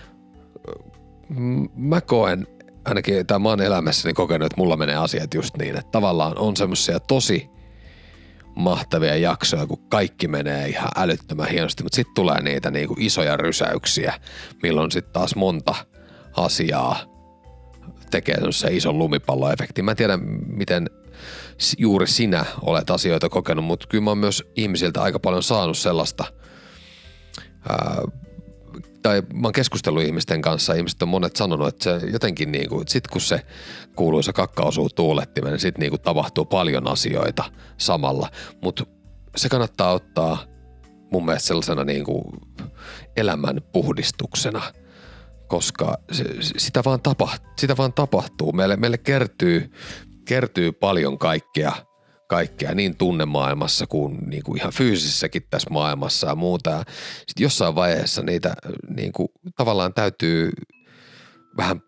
Mä koen, ainakin tai mä oon elämässäni kokenut, että mulla menee asiat just niin, että tavallaan on semmoisia tosi mahtavia jaksoja, kun kaikki menee ihan älyttömän hienosti, mutta sitten tulee niitä niinku isoja rysäyksiä, milloin sitten taas monta asiaa tekee semmoisen ison lumipalloefektin. Mä en tiedä, miten juuri sinä olet asioita kokenut, mutta kyllä mä oon myös ihmisiltä aika paljon saanut sellaista, ää, tai mä oon keskustellut ihmisten kanssa, ihmiset on monet sanonut, että se jotenkin niinku, sit kun se kuuluisa kakka osuu tuulettimeen, niin sit niinku tapahtuu paljon asioita samalla, mutta se kannattaa ottaa mun mielestä sellaisena niinku elämän puhdistuksena, koska se, sitä, vaan tapahtuu, sitä vaan tapahtuu. Meille, meille kertyy, kertyy paljon kaikkea, kaikkea niin tunnemaailmassa kuin, niin kuin ihan fyysisessäkin tässä maailmassa ja muuta. Sitten jossain vaiheessa niitä niin kuin, tavallaan täytyy vähän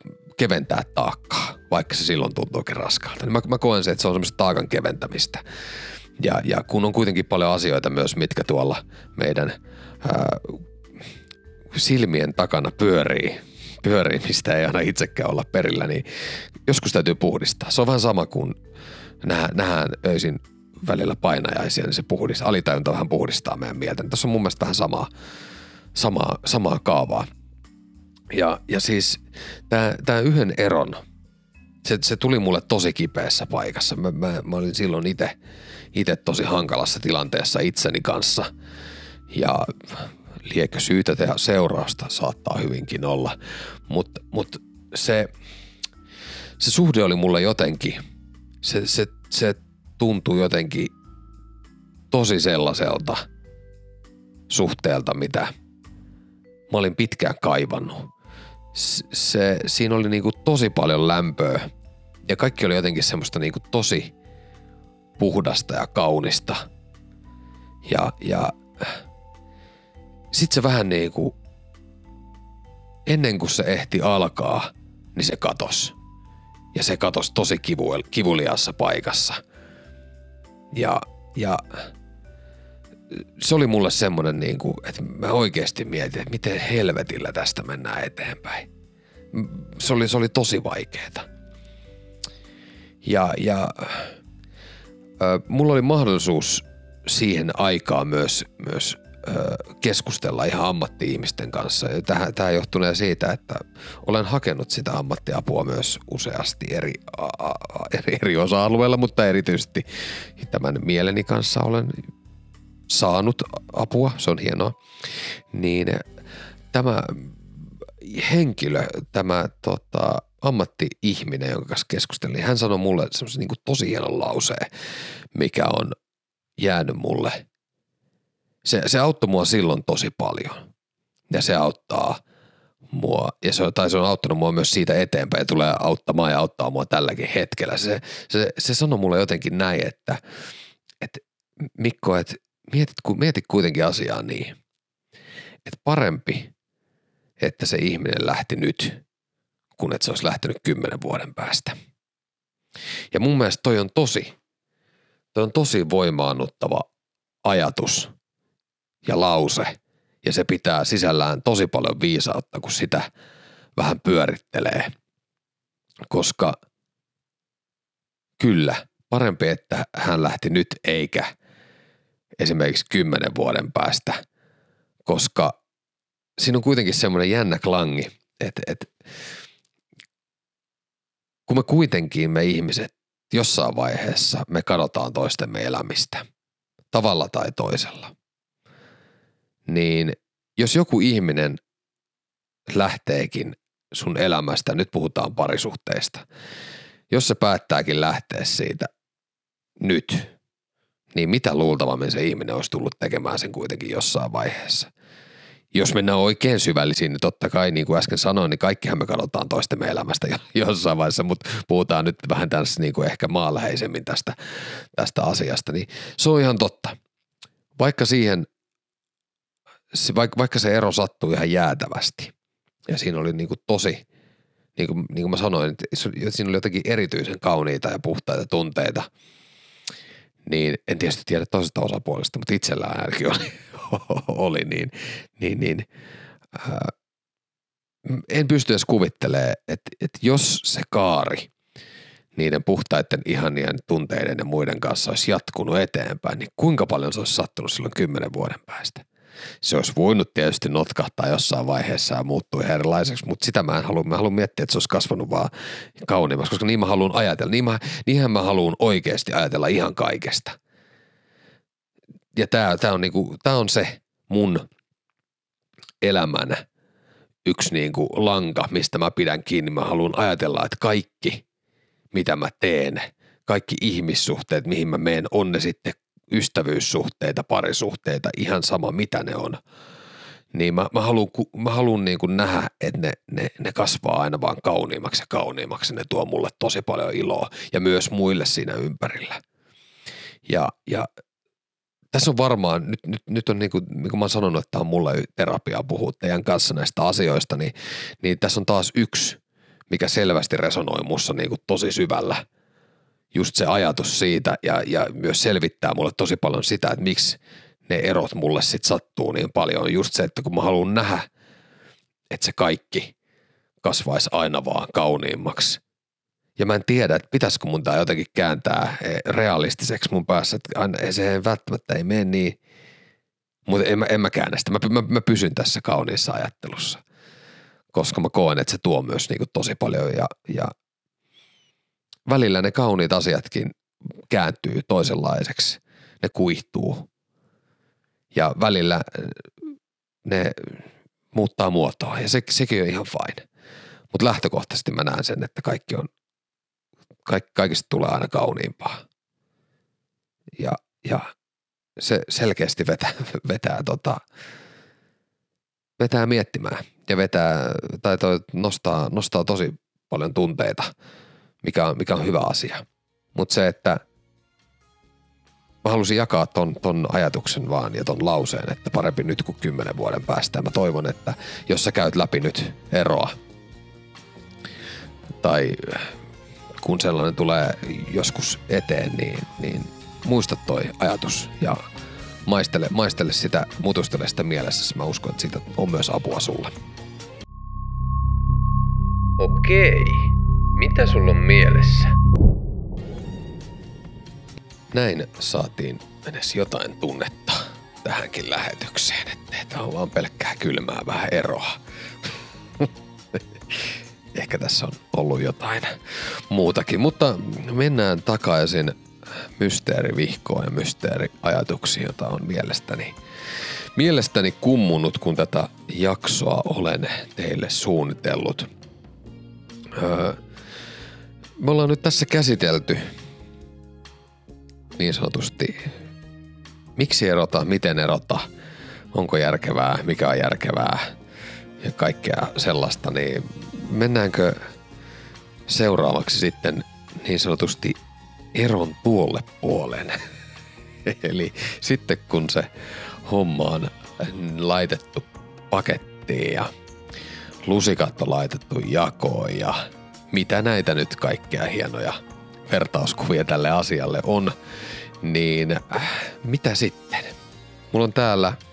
keventää taakkaa, vaikka se silloin tuntuukin raskaalta. Niin mä, mä koen se, että se on semmoista taakan keventämistä. Ja, ja kun on kuitenkin paljon asioita myös, mitkä tuolla meidän ää, silmien takana pyörii, pyörii, mistä ei aina itsekään olla perillä, niin joskus täytyy puhdistaa. Se on vähän sama kuin nähdään öisin välillä painajaisia, niin se puhdistaa, alitajunta vähän puhdistaa meidän mieltä. Niin tuossa on mun mielestä vähän samaa, samaa, samaa kaavaa. Ja, ja siis tämä yhden eron, se, se tuli mulle tosi kipeässä paikassa. Mä, mä, mä olin silloin itse itse tosi hankalassa tilanteessa itseni kanssa ja liekö syytä tehdä seurausta, saattaa hyvinkin olla, mutta mut se, se suhde oli mulle jotenkin, se, se, se tuntui jotenkin tosi sellaiselta suhteelta, mitä mä olin pitkään kaivannut. Se, siinä oli niinku tosi paljon lämpöä ja kaikki oli jotenkin semmoista niinku tosi puhdasta ja kaunista. Ja, ja sit se vähän niinku, ennen kuin se ehti alkaa, niin se katos. Ja se katos tosi kivu, kivuliaassa paikassa. Ja, ja se oli mulle semmonen niinku, että mä oikeesti mietin, että miten helvetillä tästä mennään eteenpäin. Se oli, se oli tosi vaikeeta. Ja, ja ö, mulla oli mahdollisuus siihen aikaan myös, myös ö, keskustella ihan ammatti-ihmisten kanssa. Ja tähän, tähän johtunee siitä, että olen hakenut sitä ammattiapua myös useasti eri, a, a, eri, eri osa-alueilla, mutta erityisesti tämän mieleni kanssa olen saanut apua, se on hienoa, niin tämä henkilö, tämä tota, ammatti-ihminen, jonka kanssa keskustelin, hän sanoi mulle semmoisen niin kuin tosi hienon lauseen, mikä on jäänyt mulle. Se, se auttoi mua silloin tosi paljon ja se auttaa mua ja se, tai se on auttanut mua myös siitä eteenpäin ja tulee auttamaan ja auttaa mua tälläkin hetkellä. Se, se, se sanoi mulle jotenkin näin, että, että Mikko, että Mietit, mietit kuitenkin asiaa niin, että parempi, että se ihminen lähti nyt, kun että se olisi lähtenyt kymmenen vuoden päästä. Ja mun mielestä toi on tosi, toi on tosi voimaannuttava ajatus ja lause, ja se pitää sisällään tosi paljon viisautta, kun sitä vähän pyörittelee. Koska kyllä, parempi, että hän lähti nyt eikä esimerkiksi kymmenen vuoden päästä, koska siinä on kuitenkin semmoinen jännä klangi, että, että kun me kuitenkin me ihmiset jossain vaiheessa me kadotaan toistemme elämistä, tavalla tai toisella, niin jos joku ihminen lähteekin sun elämästä, nyt puhutaan parisuhteista, jos se päättääkin lähteä siitä nyt, niin mitä luultavammin se ihminen olisi tullut tekemään sen kuitenkin jossain vaiheessa. Jos mennään oikein syvällisiin, niin totta kai, niin kuin äsken sanoin, niin kaikkihan me katsotaan toistemme elämästä jossain vaiheessa, mutta puhutaan nyt vähän tässä niin kuin ehkä maanläheisemmin tästä, tästä asiasta, niin se on ihan totta. Vaikka siihen, vaikka, vaikka se ero sattui ihan jäätävästi, ja siinä oli niin kuin tosi, niin kuin, niin kuin mä sanoin, että siinä oli jotenkin erityisen kauniita ja puhtaita tunteita, niin en tietysti tiedä toisesta osapuolesta, mutta itsellään ainakin oli, oli niin, niin, niin ää, en pysty edes kuvittelemaan, että, että jos se kaari niiden puhtaiden ihanien tunteiden ja muiden kanssa olisi jatkunut eteenpäin, niin kuinka paljon se olisi sattunut silloin kymmenen vuoden päästä. Se olisi voinut tietysti notkahtaa jossain vaiheessa ja muuttua ihan erilaiseksi, mutta sitä mä en halua. Mä haluan miettiä, että se olisi kasvanut vaan kauniimmaksi, koska niin mä haluan ajatella. Niin mä, niinhän mä haluan oikeasti ajatella ihan kaikesta. Ja tää, tää, on, niinku, tää on se mun elämän yksi niinku lanka, mistä mä pidän kiinni. Mä haluan ajatella, että kaikki, mitä mä teen, kaikki ihmissuhteet, mihin mä menen, on ne sitten ystävyyssuhteita, parisuhteita, ihan sama mitä ne on, niin mä, mä haluan, mä haluan niin kuin nähdä, että ne, ne, ne kasvaa aina vaan kauniimmaksi ja kauniimmaksi. Ne tuo mulle tosi paljon iloa ja myös muille siinä ympärillä. Ja, ja tässä on varmaan, nyt, nyt, nyt on niin kuin, niin kuin mä oon sanonut, että tämä on mulle terapiaa puhua teidän kanssa näistä asioista, niin, niin tässä on taas yksi, mikä selvästi resonoi mussa niin kuin tosi syvällä. Just se ajatus siitä ja, ja myös selvittää mulle tosi paljon sitä, että miksi ne erot mulle sit sattuu niin paljon. Just se, että kun mä haluan nähdä, että se kaikki kasvaisi aina vaan kauniimmaksi. Ja mä en tiedä, että pitäisikö mun tää jotenkin kääntää realistiseksi mun päässä, että aina, se ei välttämättä ei mene niin, mutta en, en mä käännä sitä. Mä, mä, mä pysyn tässä kauniissa ajattelussa, koska mä koen, että se tuo myös niinku tosi paljon ja, ja välillä ne kauniit asiatkin kääntyy toisenlaiseksi, ne kuihtuu ja välillä ne muuttaa muotoa ja se, sekin on ihan fine. Mutta lähtökohtaisesti mä näen sen, että kaikki on, kaik, kaikista tulee aina kauniimpaa. Ja, ja se selkeästi vetää, vetää, tota, vetää miettimään ja vetää, tai toi nostaa, nostaa tosi paljon tunteita, mikä on, mikä on hyvä asia. Mutta se, että mä halusin jakaa ton, ton ajatuksen vaan ja ton lauseen, että parempi nyt kuin kymmenen vuoden päästä. Ja mä toivon, että jos sä käyt läpi nyt eroa, tai kun sellainen tulee joskus eteen, niin, niin muista toi ajatus ja maistele, maistele sitä, mutustele sitä mielessä. Mä uskon, että siitä on myös apua sulle. Okei, mitä sulla on mielessä? Näin saatiin edes jotain tunnetta tähänkin lähetykseen, että tämä on vaan pelkkää kylmää vähän eroa. Ehkä tässä on ollut jotain muutakin, mutta mennään takaisin mysteerivihkoon ja mysteeriajatuksiin, jota on mielestäni, mielestäni kummunut, kun tätä jaksoa olen teille suunnitellut. Öö, me ollaan nyt tässä käsitelty niin sanotusti, miksi erota, miten erota, onko järkevää, mikä on järkevää ja kaikkea sellaista, niin mennäänkö seuraavaksi sitten niin sanotusti eron tuolle puolen. Eli sitten kun se homma on laitettu pakettiin ja lusikat on laitettu jakoon ja mitä näitä nyt kaikkea hienoja vertauskuvia tälle asialle on, niin äh, mitä sitten? Mulla on täällä äh,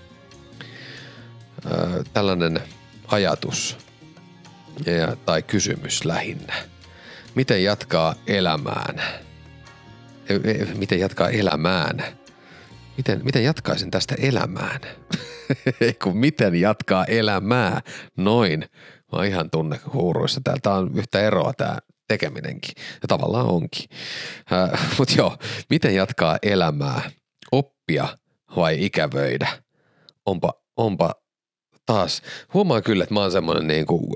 tällainen ajatus ja, tai kysymys lähinnä. Miten jatkaa elämään? E, e, miten jatkaa elämään? Miten, miten jatkaisin tästä elämään? Kun miten jatkaa elämää? Noin. Mä oon ihan tunnehuuruissa. Täältä on yhtä eroa tää tekeminenkin. Ja tavallaan onkin. Äh, Mutta joo, miten jatkaa elämää? Oppia vai ikävöidä? Onpa, onpa taas. Huomaan kyllä, että mä oon semmonen niinku...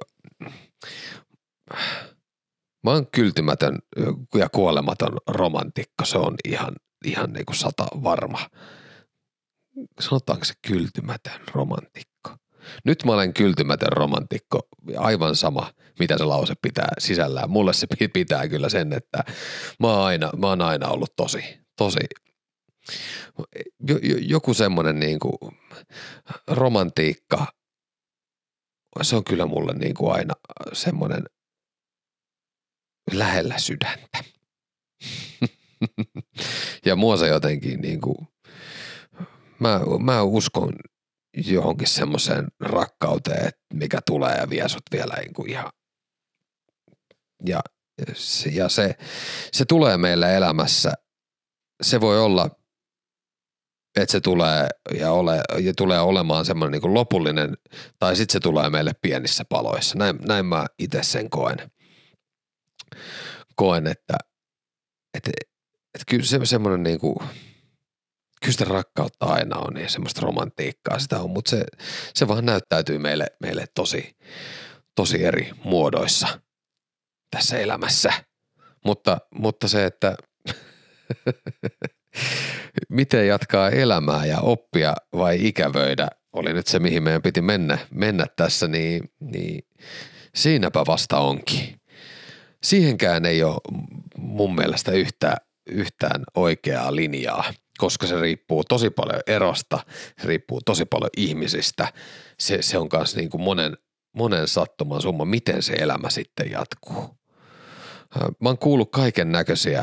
Mä oon kyltymätön ja kuolematon romantikko. Se on ihan, ihan niinku sata varma. Sanotaanko se kyltymätön romantikko? Nyt mä olen kyltymätön romantikko. Aivan sama, mitä se lause pitää sisällään. Mulle se pitää kyllä sen, että mä oon aina, mä oon aina ollut tosi, tosi... Joku semmonen niinku romantiikka, se on kyllä mulle niinku aina semmonen lähellä sydäntä. Ja mua se jotenkin niinku, mä, mä uskon johonkin semmoiseen rakkauteen, mikä tulee ja vie sut vielä niinku ihan, ja, ja se, se tulee meille elämässä. Se voi olla, että se tulee ja, ole, ja tulee olemaan semmoinen niinku lopullinen, tai sitten se tulee meille pienissä paloissa. Näin, näin mä itse sen koen. Koen, että, että, että kyllä se semmoinen niinku, kyllä sitä rakkautta aina on ja semmoista romantiikkaa sitä on, mutta se, se vaan näyttäytyy meille, meille tosi, tosi eri muodoissa tässä elämässä. Mutta, mutta se, että miten jatkaa elämää ja oppia vai ikävöidä, oli nyt se, mihin meidän piti mennä, mennä tässä, niin, niin siinäpä vasta onkin. Siihenkään ei ole mun mielestä yhtä, yhtään oikeaa linjaa, koska se riippuu tosi paljon erosta, se riippuu tosi paljon ihmisistä. Se, se on myös niin kuin monen, monen sattuman summa, miten se elämä sitten jatkuu. Mä oon kuullut kaiken näköisiä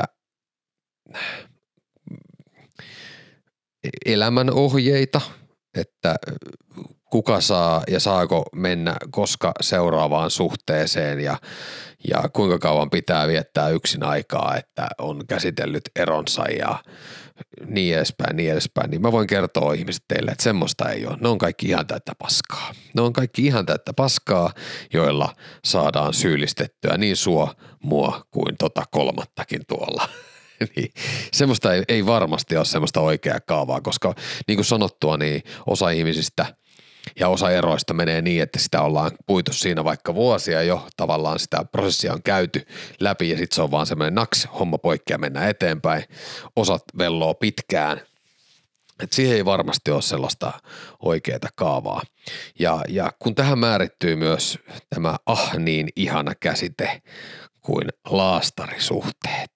elämänohjeita, että kuka saa ja saako mennä koska seuraavaan suhteeseen ja, ja kuinka kauan pitää viettää yksin aikaa, että on käsitellyt eronsa ja niin edespäin, niin edespäin. Niin mä voin kertoa ihmiset teille, että semmoista ei ole. Ne on kaikki ihan täyttä paskaa. Ne on kaikki ihan täyttä paskaa, joilla saadaan syyllistettyä niin sua, mua kuin tota kolmattakin tuolla. Niin, semmoista ei, ei varmasti ole semmoista oikeaa kaavaa, koska niin kuin sanottua, niin osa ihmisistä ja osa eroista menee niin, että sitä ollaan puitu siinä vaikka vuosia jo, tavallaan sitä prosessia on käyty läpi ja sitten se on vaan semmoinen naks, homma poikki ja mennään eteenpäin. Osat velloo pitkään. Et siihen ei varmasti ole sellaista oikeaa kaavaa. Ja, ja kun tähän määrittyy myös tämä ah niin ihana käsite kuin laastarisuhteet.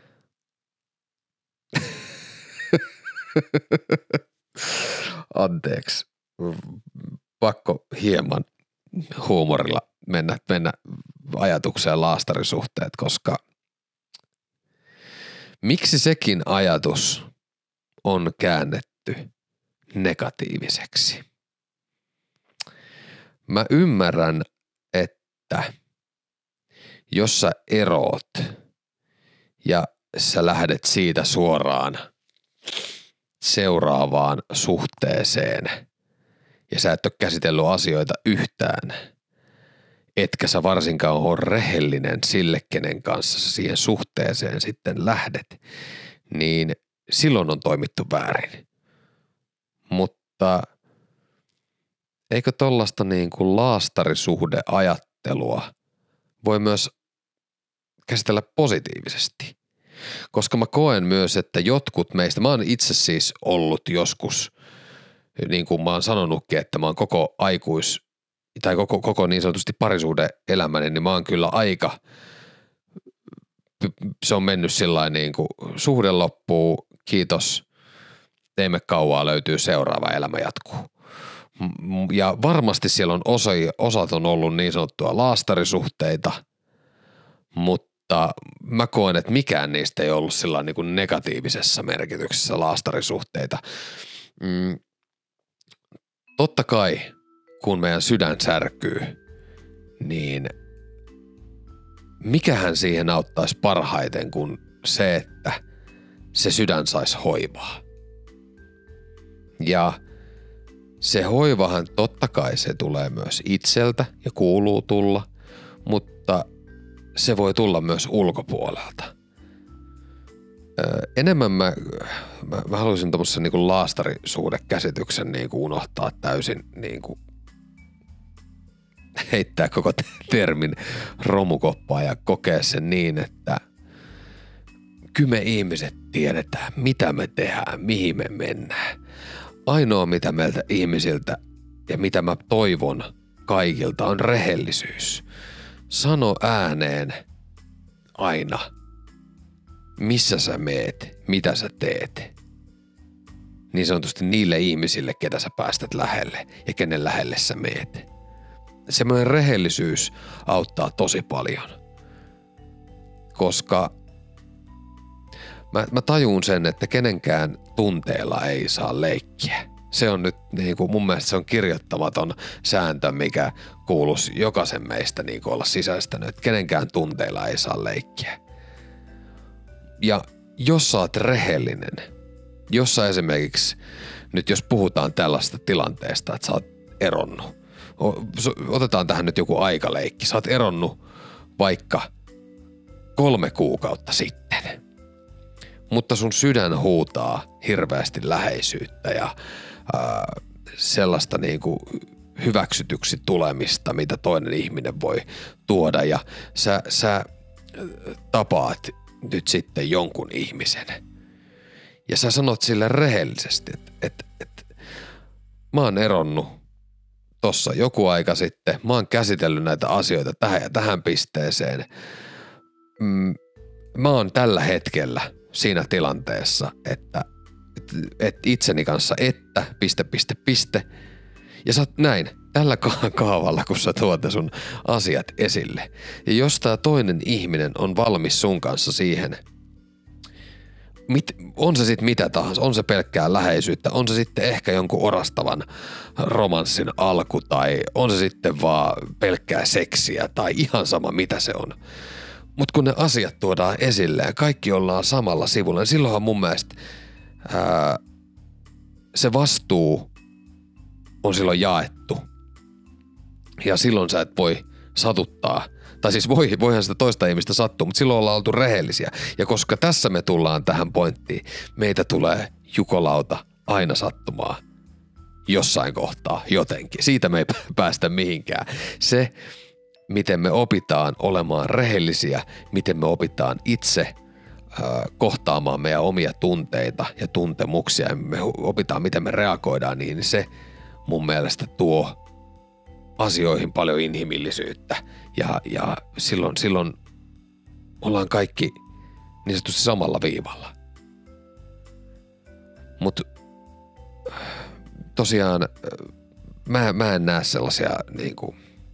Anteeksi. Pakko hieman huumorilla mennä, mennä ajatukseen laastarisuhteet, koska miksi sekin ajatus on käännetty negatiiviseksi? Mä ymmärrän, että jos sä eroot ja sä lähdet siitä suoraan seuraavaan suhteeseen ja sä et ole käsitellyt asioita yhtään, etkä sä varsinkaan ole rehellinen sille, kenen kanssa sä siihen suhteeseen sitten lähdet, niin silloin on toimittu väärin. Mutta eikö tollaista niin kuin laastarisuhdeajattelua voi myös käsitellä positiivisesti? Koska mä koen myös, että jotkut meistä, mä oon itse siis ollut joskus, niin kuin mä oon sanonutkin, että mä oon koko aikuis, tai koko, koko niin sanotusti parisuhde elämäni, niin mä oon kyllä aika, se on mennyt sillain niin kuin suhde loppuu, kiitos, teemme kauaa, löytyy seuraava, elämä jatkuu. Ja varmasti siellä on osa, osat on ollut niin sanottua laastarisuhteita, mutta Mutta mä koen, että mikään niistä ei ollut sillä niin kuin negatiivisessa merkityksessä laastarisuhteita. Mm, totta kai, kun meidän sydän särkyy, niin mikähän siihen auttaisi parhaiten kuin se, että se sydän saisi hoivaa. Ja se hoivahan totta kai se tulee myös itseltä ja kuuluu tulla, mutta se voi tulla myös ulkopuolelta. Öö, enemmän mä, mä, mä haluaisin tommosen niinku laastarisuhdekäsityksen niinku unohtaa täysin, niinku heittää koko termin romukoppaa ja kokea sen niin, että kyllä me ihmiset tiedetään, mitä me tehdään, mihin me mennään. Ainoa, mitä meiltä ihmisiltä ja mitä mä toivon kaikilta on rehellisyys. Sano ääneen aina, missä sä meet, mitä sä teet. Niin sanotusti niille ihmisille, ketä sä päästät lähelle ja kenen lähelle sä meet. Semmoinen rehellisyys auttaa tosi paljon, koska mä, mä tajun sen, että kenenkään tunteella ei saa leikkiä. Se on nyt niin kuin mun mielestä se on kirjoittamaton sääntö, mikä kuuluisi jokaisen meistä niin kuin olla sisäistänyt, että kenenkään tunteilla ei saa leikkiä. Ja jos sä oot rehellinen, jos sä esimerkiksi, nyt jos puhutaan tällaista tilanteesta, että sä oot eronnut, otetaan tähän nyt joku aikaleikki, sä oot eronnut vaikka kolme kuukautta sitten, mutta sun sydän huutaa hirveästi läheisyyttä ja ää, sellaista niinku hyväksytyksi tulemista, mitä toinen ihminen voi tuoda ja sä, sä tapaat nyt sitten jonkun ihmisen ja sä sanot sille rehellisesti, että et, et, mä oon eronnut tossa joku aika sitten, mä oon käsitellyt näitä asioita tähän ja tähän pisteeseen. Mm, mä oon tällä hetkellä siinä tilanteessa, että et, et itseni kanssa että, piste, piste, piste. Ja sä oot näin, tällä ka- kaavalla, kun sä tuot ne sun asiat esille. Ja jos tää toinen ihminen on valmis sun kanssa siihen, mit, on se sitten mitä tahansa, on se pelkkää läheisyyttä, on se sitten ehkä jonkun orastavan romanssin alku tai on se sitten vaan pelkkää seksiä tai ihan sama mitä se on. Mutta kun ne asiat tuodaan esille ja kaikki ollaan samalla sivulla, niin silloinhan mun mielestä ää, se vastuu on silloin jaettu. Ja silloin sä et voi satuttaa. Tai siis voi, voihan sitä toista ihmistä sattua, mutta silloin ollaan oltu rehellisiä. Ja koska tässä me tullaan tähän pointtiin, meitä tulee jukolauta aina sattumaan. Jossain kohtaa, jotenkin. Siitä me ei päästä mihinkään. Se, miten me opitaan olemaan rehellisiä, miten me opitaan itse äh, kohtaamaan meidän omia tunteita ja tuntemuksia, ja me opitaan, miten me reagoidaan niihin, niin se mun mielestä tuo asioihin paljon inhimillisyyttä. Ja, ja silloin, silloin ollaan kaikki niin sanotusti samalla viivalla. Mutta tosiaan mä, mä en näe sellaisia niinku,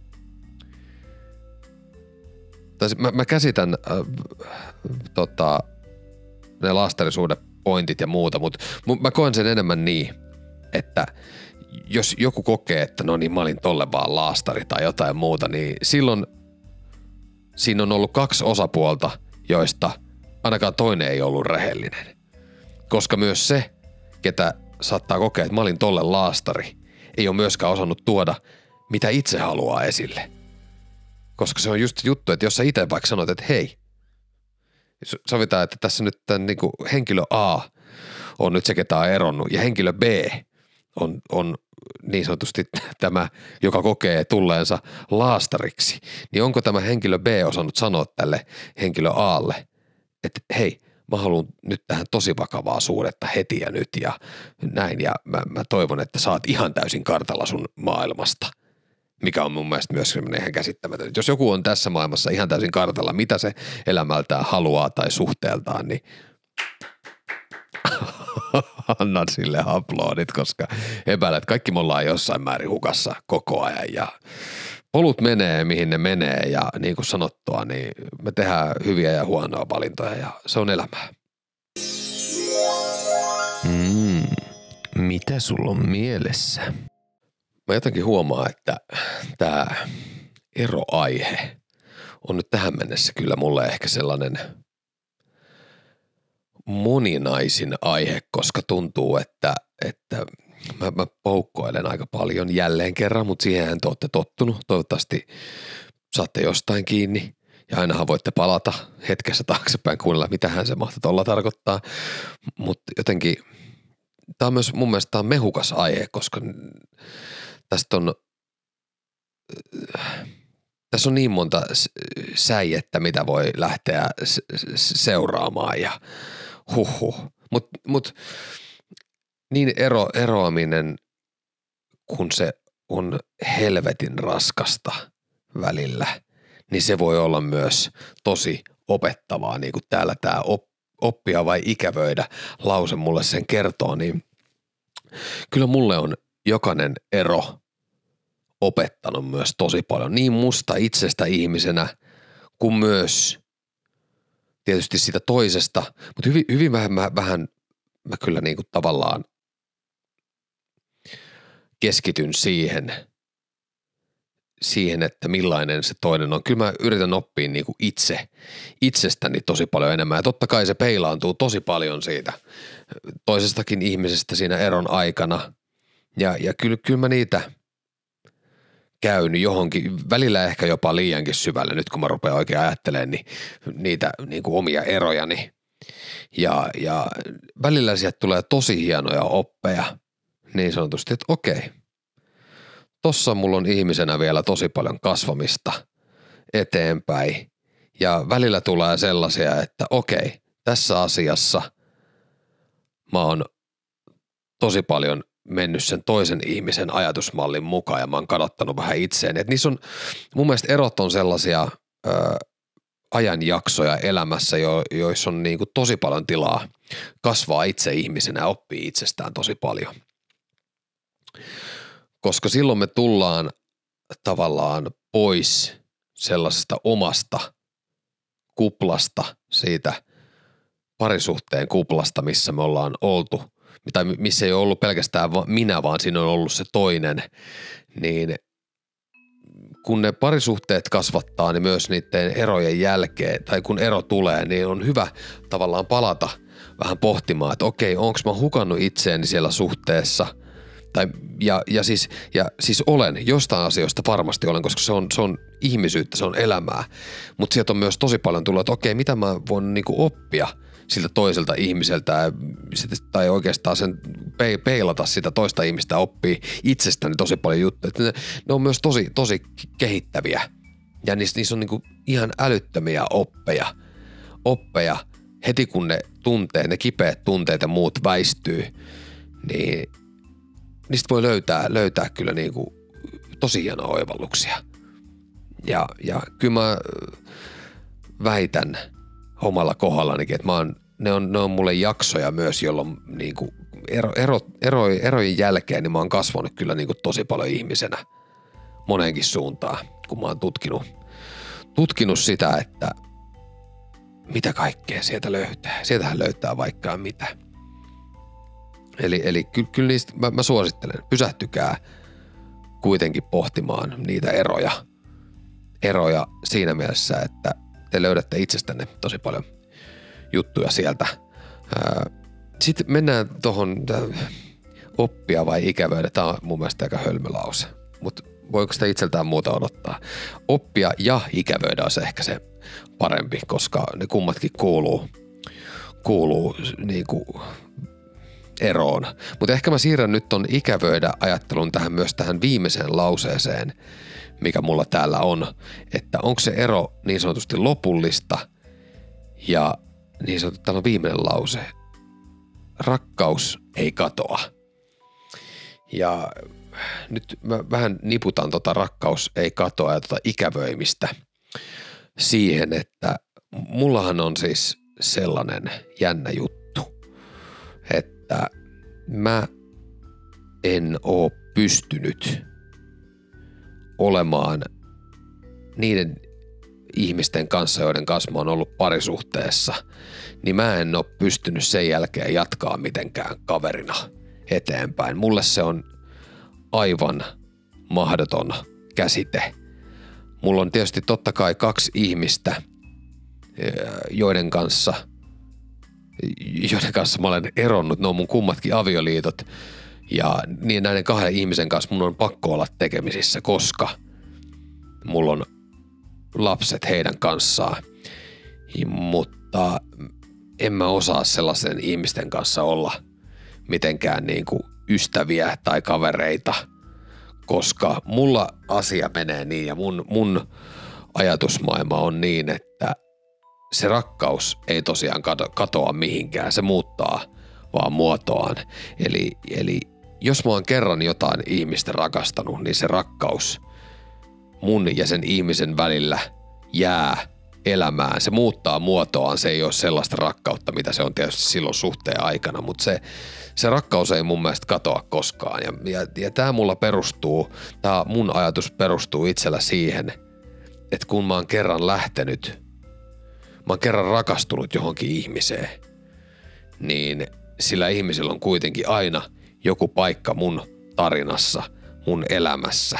tai mä, mä käsitän äh, tota, ne lasterisuuden pointit ja muuta, mutta mä koen sen enemmän niin, että jos joku kokee, että no niin mä olin tolle vaan laastari tai jotain muuta, niin silloin siinä on ollut kaksi osapuolta, joista ainakaan toinen ei ollut rehellinen. Koska myös se, ketä saattaa kokea, että mä olin tolle laastari, ei ole myöskään osannut tuoda, mitä itse haluaa esille. Koska se on just juttu, että jos sä itse vaikka sanot, että hei, sovitaan, että tässä nyt tämän niin kuin henkilö A on nyt se, ketä on eronnut, ja henkilö B on, on niin sanotusti tämä, joka kokee tulleensa laastariksi, niin onko tämä henkilö B osannut sanoa tälle henkilö Alle, että hei, mä haluan nyt tähän tosi vakavaa suhdetta heti ja nyt ja näin, ja mä, mä toivon, että sä oot ihan täysin kartalla sun maailmasta, mikä on mun mielestä myös semmoinen ihan käsittämätön. Jos joku on tässä maailmassa ihan täysin kartalla, mitä se elämältään haluaa tai suhteeltaan, niin annan sille aplodit, koska epäilet, että kaikki me ollaan jossain määrin hukassa koko ajan ja polut menee, mihin ne menee ja niin kuin sanottua, niin me tehdään hyviä ja huonoja valintoja ja se on elämää. Mm, mitä sulla on mielessä? Mä jotenkin huomaan, että tämä eroaihe on nyt tähän mennessä kyllä mulle ehkä sellainen moninaisin aihe, koska tuntuu, että, että mä, mä poukkoilen aika paljon jälleen kerran, mutta siihenhän te olette tottunut. Toivottavasti saatte jostain kiinni ja ainahan voitte palata hetkessä taaksepäin kuunnella, mitähän se mahtaa olla tarkoittaa. Mutta jotenkin tämä on myös mun mielestä tää on mehukas aihe, koska tästä on, tässä on niin monta säijettä, mitä voi lähteä seuraamaan ja huhhuh. Mutta mut, niin ero, eroaminen, kun se on helvetin raskasta välillä, niin se voi olla myös tosi opettavaa, niin kuin täällä tämä op, oppia vai ikävöidä lause mulle sen kertoo, niin kyllä mulle on jokainen ero opettanut myös tosi paljon, niin musta itsestä ihmisenä kuin myös tietysti sitä toisesta, mutta hyvin, hyvin vähän, mä, vähän mä kyllä niin kuin tavallaan keskityn siihen, siihen, että millainen se toinen on. Kyllä mä yritän oppia niin kuin itse, itsestäni tosi paljon enemmän ja totta kai se peilaantuu tosi paljon siitä toisestakin ihmisestä siinä eron aikana ja, ja kyllä, kyllä mä niitä käynyt johonkin, välillä ehkä jopa liiankin syvälle, nyt kun mä rupean oikein ajattelemaan niin niitä niin kuin omia erojani. Ja, ja välillä sieltä tulee tosi hienoja oppeja, niin sanotusti, että okei, tossa mulla on ihmisenä vielä tosi paljon kasvamista eteenpäin. Ja välillä tulee sellaisia, että okei, tässä asiassa mä oon tosi paljon mennyt sen toisen ihmisen ajatusmallin mukaan ja mä oon kadottanut vähän itseäni. Et niissä on, mun mielestä erot on sellaisia ö, ajanjaksoja elämässä, jo, joissa on niinku tosi paljon tilaa kasvaa itse ihmisenä ja oppii itsestään tosi paljon. koska silloin me tullaan tavallaan pois sellaisesta omasta kuplasta, siitä parisuhteen kuplasta, missä me ollaan oltu, tai missä ei ole ollut pelkästään minä, vaan siinä on ollut se toinen, niin kun ne parisuhteet kasvattaa, niin myös niiden erojen jälkeen, tai kun ero tulee, niin on hyvä tavallaan palata vähän pohtimaan, että okei, onko mä hukannut itseäni siellä suhteessa, tai, ja, ja, siis, ja siis olen, jostain asioista varmasti olen, koska se on, se on ihmisyyttä, se on elämää, mutta sieltä on myös tosi paljon tullut, että okei, mitä mä voin niinku oppia siltä toiselta ihmiseltä, tai oikeastaan sen peilata sitä toista ihmistä, oppii itsestäni tosi paljon juttuja. Ne, ne on myös tosi, tosi kehittäviä, ja niissä, niissä on niinku ihan älyttömiä oppeja, oppeja, heti kun ne tunteet, ne kipeät tunteet ja muut väistyy, niin niistä voi löytää, löytää kyllä niinku tosi hienoja oivalluksia. Ja, ja kyllä mä väitän omalla kohdallanikin, että mä oon, ne, on, ne on mulle jaksoja myös, jolloin niinku ero, ero, ero, erojen jälkeen niin mä oon kasvanut kyllä niinku tosi paljon ihmisenä moneenkin suuntaan, kun mä oon tutkinut, tutkinut sitä, että mitä kaikkea sieltä löytää. Sieltähän löytää vaikka mitä. Eli, eli kyllä, kyllä niistä mä, mä suosittelen, pysähtykää kuitenkin pohtimaan niitä eroja. Eroja siinä mielessä, että te löydätte itsestänne tosi paljon juttuja sieltä. Sitten mennään tuohon oppia vai ikävöidä. Tämä on mun mielestä aika hölmölause, mutta voiko sitä itseltään muuta odottaa? Oppia ja ikävöidä on se ehkä se parempi, koska ne kummatkin kuuluu, kuuluu niinku eroon. Mutta ehkä mä siirrän nyt ton ikävöidä ajattelun tähän myös tähän viimeiseen lauseeseen, mikä mulla täällä on, että onko se ero niin sanotusti lopullista ja niin sanotusti täällä on viimeinen lause. Rakkaus ei katoa. Ja nyt mä vähän niputan tota rakkaus ei katoa ja tota ikävöimistä siihen, että mullahan on siis sellainen jännä juttu, että mä en oo pystynyt olemaan niiden ihmisten kanssa, joiden kanssa mä oon ollut parisuhteessa, niin mä en oo pystynyt sen jälkeen jatkaa mitenkään kaverina eteenpäin. Mulle se on aivan mahdoton käsite. Mulla on tietysti totta kai kaksi ihmistä, joiden kanssa, joiden kanssa mä olen eronnut. Ne on mun kummatkin avioliitot. Ja niin näiden kahden ihmisen kanssa mun on pakko olla tekemisissä, koska mulla on lapset heidän kanssaan. Mutta en mä osaa sellaisen ihmisten kanssa olla mitenkään niin kuin ystäviä tai kavereita, koska mulla asia menee niin ja mun, mun ajatusmaailma on niin, että se rakkaus ei tosiaan kato, katoa mihinkään, se muuttaa vaan muotoaan. Eli, eli jos mä oon kerran jotain ihmistä rakastanut, niin se rakkaus mun ja sen ihmisen välillä jää elämään. Se muuttaa muotoaan, se ei ole sellaista rakkautta, mitä se on tietysti silloin suhteen aikana, mutta se, se rakkaus ei mun mielestä katoa koskaan. Ja, ja, ja tää mulla perustuu, tää mun ajatus perustuu itsellä siihen, että kun mä oon kerran lähtenyt, mä oon kerran rakastunut johonkin ihmiseen, niin sillä ihmisellä on kuitenkin aina joku paikka mun tarinassa, mun elämässä,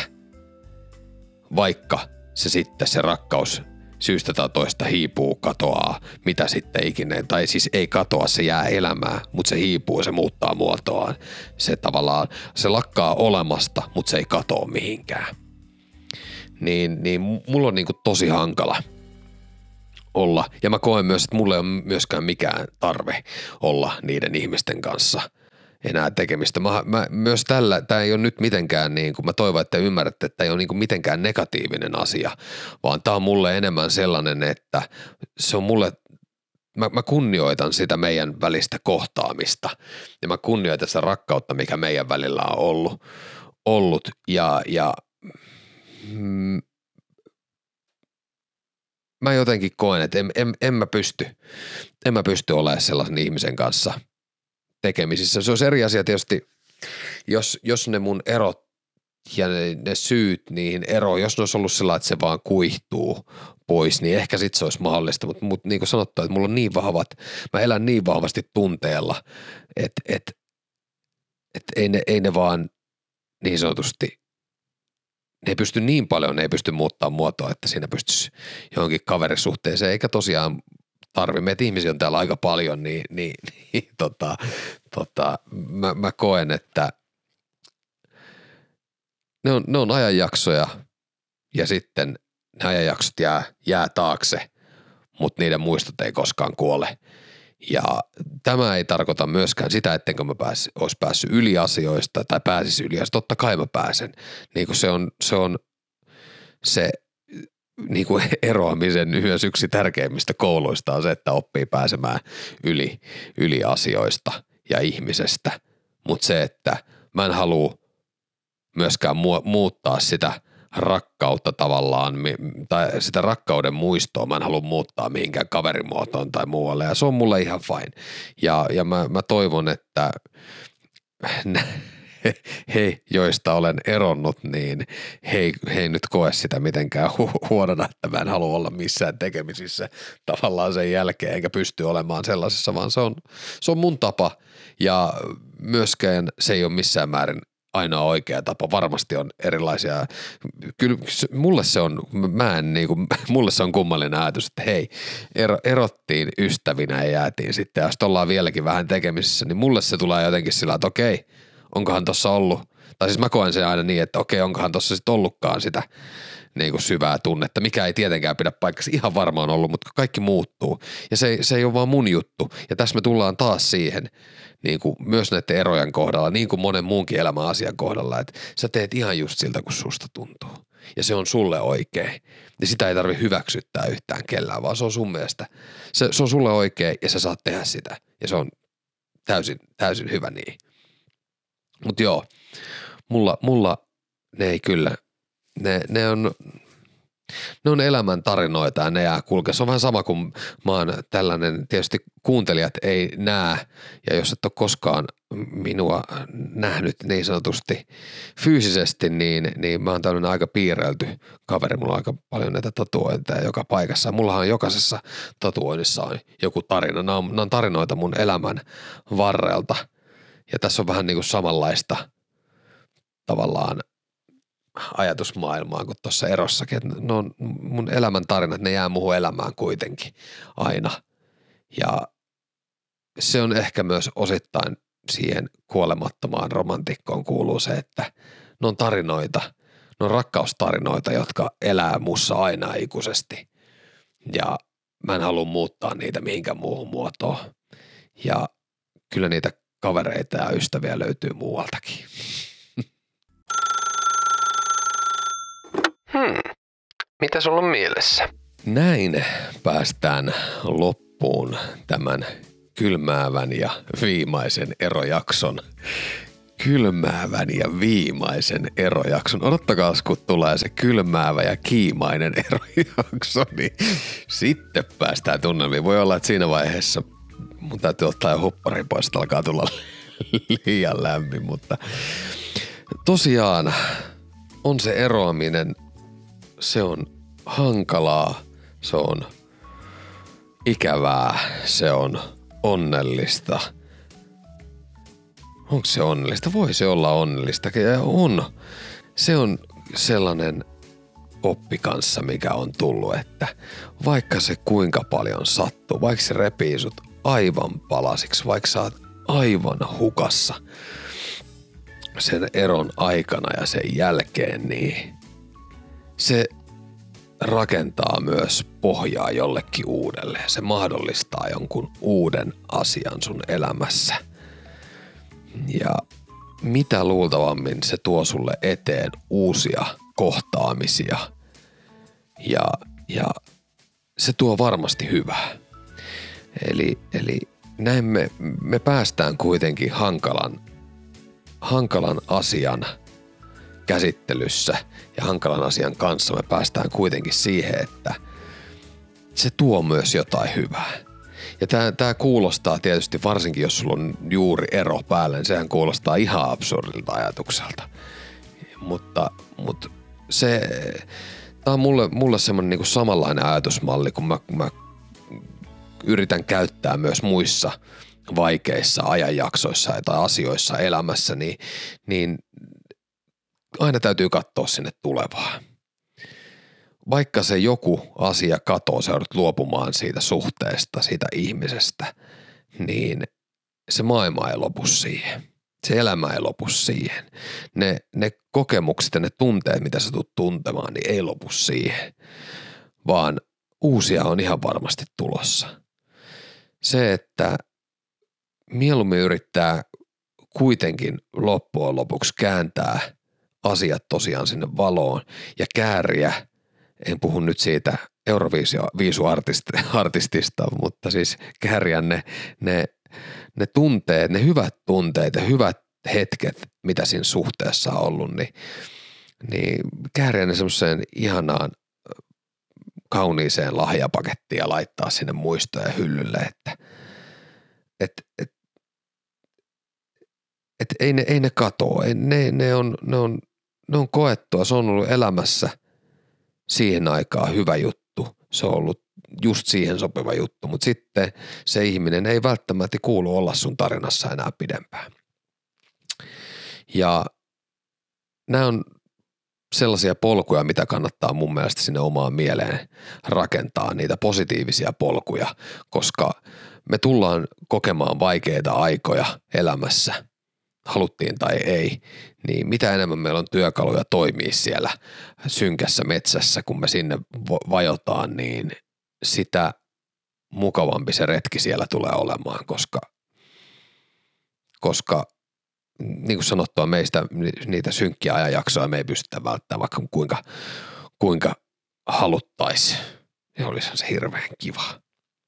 vaikka se sitten se rakkaus syystä tai toista hiipuu, katoaa, mitä sitten ikinä, tai siis ei katoa, se jää elämään, mutta se hiipuu ja se muuttaa muotoaan. Se tavallaan, se lakkaa olemasta, mutta se ei katoa mihinkään. Niin, niin mulla on niinku tosi hankala olla, ja mä koen myös, että mulla ei ole myöskään mikään tarve olla niiden ihmisten kanssa enää tekemistä. Mä, mä, myös tällä, tää ei ole nyt mitenkään niin kuin, mä toivon, että ymmärrätte, että tää ei ole niin kuin mitenkään negatiivinen asia, vaan tää on mulle enemmän sellainen, että se on mulle, mä, mä kunnioitan sitä meidän välistä kohtaamista ja mä kunnioitan sitä rakkautta, mikä meidän välillä on ollut, ollut ja, ja mm, mä jotenkin koen, että en, en, en mä pysty, en mä pysty olemaan sellaisen ihmisen kanssa tekemisissä. Se on eri asia tietysti, jos, jos ne mun erot ja ne, ne syyt niihin eroon, jos ne olisi ollut sillä, että se vaan kuihtuu pois, niin ehkä sit se olisi mahdollista, mutta mut, niin kuin sanottu, että mulla on niin vahvat, mä elän niin vahvasti tunteella, että et, et ei, ne, ei ne vaan niin sanotusti, ne ei pysty niin paljon, ne ei pysty muuttaa muotoa, että siinä pystyisi johonkin kaverisuhteeseen, eikä tosiaan tarvi. Meitä ihmisiä on täällä aika paljon, niin, niin, niin tota, tota, mä, mä koen, että ne on, ne on ajanjaksoja ja sitten ne ajanjaksot jää, jää taakse, mutta niiden muistot ei koskaan kuole. Ja tämä ei tarkoita myöskään sitä, ettenkö mä pääs, olisi päässyt yli asioista tai pääsisi yli asioista. Totta kai mä pääsen. Niin kuin se on se, on se niin kuin eroamisen myös yksi tärkeimmistä kouluista on se, että oppii pääsemään yli, yli asioista ja ihmisestä. Mutta se, että mä en halua myöskään mu- muuttaa sitä rakkautta tavallaan, tai sitä rakkauden muistoa mä en halua muuttaa mihinkään kaverimuotoon tai muualle, ja se on mulle ihan fine. Ja, ja mä, mä toivon, että he, joista olen eronnut, niin he, he ei nyt koe sitä mitenkään hu- huonona, että mä en halua olla missään tekemisissä tavallaan sen jälkeen, enkä pysty olemaan sellaisessa, vaan se on, se on mun tapa, ja myöskään se ei ole missään määrin ainoa oikea tapa. Varmasti on erilaisia. Kyllä mulle se on, mä en niinku, mulle se on kummallinen ajatus, että hei, ero, erottiin ystävinä ja jäätiin sitten, ja sitten ollaan vieläkin vähän tekemisissä, niin mulle se tulee jotenkin sillä, että okei, onkohan tossa ollut, tai siis mä koen sen aina niin, että okei, onkohan tossa sitten ollutkaan sitä niin kuin syvää tunnetta, mikä ei tietenkään pidä paikassa, ihan varmaan ollut, mutta kaikki muuttuu, ja se, se ei ole vaan mun juttu, ja tässä me tullaan taas siihen, niin kuin myös näiden erojen kohdalla, niin kuin monen muunkin elämän asian kohdalla, että sä teet ihan just siltä, kun susta tuntuu. Ja se on sulle oikein. Ja sitä ei tarvitse hyväksyttää yhtään kellään, vaan se on sun mielestä. Se, se on sulle oikein ja sä saat tehdä sitä. Ja se on täysin, täysin hyvä niin. Mut joo, mulla, mulla ne ei kyllä, ne, ne on... Ne on elämän tarinoita ja ne jää kulkea. Se on vähän sama kuin mä oon tällainen, tietysti kuuntelijat ei näe, ja jos et ole koskaan minua nähnyt niin sanotusti fyysisesti, niin, niin mä oon tällainen aika piirrelty kaveri. Mulla on aika paljon näitä tatuointeja joka paikassa. Mullahan on jokaisessa tatuoinnissa on joku tarina. Nämä on, nämä on tarinoita mun elämän varrelta, ja tässä on vähän niin kuin samanlaista tavallaan ajatusmaailmaan kuin tuossa erossakin, että ne on mun elämän tarinat, ne jää muuhun elämään kuitenkin aina. Ja se on ehkä myös osittain siihen kuolemattomaan romantikkoon kuuluu se, että ne on tarinoita, ne on rakkaustarinoita, jotka elää mussa aina ikuisesti. Ja mä en halua muuttaa niitä mihinkään muuhun muotoon. Ja kyllä niitä kavereita ja ystäviä löytyy muualtakin. Hmm. Mitä sulla on mielessä? Näin päästään loppuun tämän kylmäävän ja viimaisen erojakson. Kylmäävän ja viimaisen erojakson. Odottakaa, kun tulee se kylmäävä ja kiimainen erojakso, niin sitten päästään tunnelmiin. Voi olla, että siinä vaiheessa mun täytyy ottaa jo huppari pois, että alkaa tulla liian lämmin, mutta tosiaan on se eroaminen. Se on hankalaa, se on ikävää, se on onnellista. Onko se onnellista? Voi se olla onnellista. On. Se on sellainen oppi kanssa, mikä on tullut, että vaikka se kuinka paljon sattuu, vaikka se repii sut aivan palasiksi, vaikka sä oot aivan hukassa sen eron aikana ja sen jälkeen, niin se rakentaa myös pohjaa jollekin uudelle. Se mahdollistaa jonkun uuden asian sun elämässä. Ja mitä luultavammin se tuo sulle eteen uusia kohtaamisia. Ja, ja se tuo varmasti hyvää. Eli, eli näin me, me päästään kuitenkin hankalan, hankalan asian käsittelyssä ja hankalan asian kanssa me päästään kuitenkin siihen, että se tuo myös jotain hyvää. Ja tää, tää kuulostaa tietysti, varsinkin jos sulla on juuri ero päällä, niin sehän kuulostaa ihan absurdilta ajatukselta. mutta, mutta se, tää on mulle, mulle semmoinen niinku samanlainen ajatusmalli, kun mä, kun mä yritän käyttää myös muissa vaikeissa ajanjaksoissa tai asioissa elämässä, niin, niin aina täytyy katsoa sinne tulevaan. Vaikka se joku asia katoo, sä joudut luopumaan siitä suhteesta, siitä ihmisestä, niin se maailma ei lopu siihen. Se elämä ei lopu siihen. Ne, ne kokemukset ja ne tunteet, mitä sä tulet tuntemaan, niin ei lopu siihen, vaan uusia on ihan varmasti tulossa. Se, että mieluummin yrittää kuitenkin loppujen lopuksi kääntää asiat tosiaan sinne valoon ja kääriä, en puhu nyt siitä Euroviisu-artistista, mutta siis kääriä ne, ne, ne tunteet, ne hyvät tunteet ja hyvät hetket, mitä siinä suhteessa on ollut, niin, niin kääriä ne semmoiseen ihanaan kauniiseen lahjapakettiin ja laittaa sinne muistoja hyllylle, että et, et, et ei, ne, ei ne katoa, ei, ne, ne, on, ne, on, ne on koettua, se on ollut elämässä siihen aikaan hyvä juttu, se on ollut just siihen sopiva juttu, mutta sitten se ihminen ei välttämättä kuulu olla sun tarinassa enää pidempään. Ja nämä on sellaisia polkuja, mitä kannattaa mun mielestä sinne omaan mieleen rakentaa, niitä positiivisia polkuja, koska me tullaan kokemaan vaikeita aikoja elämässä, haluttiin tai ei, niin mitä enemmän meillä on työkaluja toimia siellä synkässä metsässä, kun me sinne vajotaan, niin sitä mukavampi se retki siellä tulee olemaan, koska, koska niin kuin sanottua, meistä niitä synkkiä ajanjaksoja me ei pystytä välttämään, vaikka kuinka, kuinka haluttaisiin. Ja olisihan se hirveän kiva.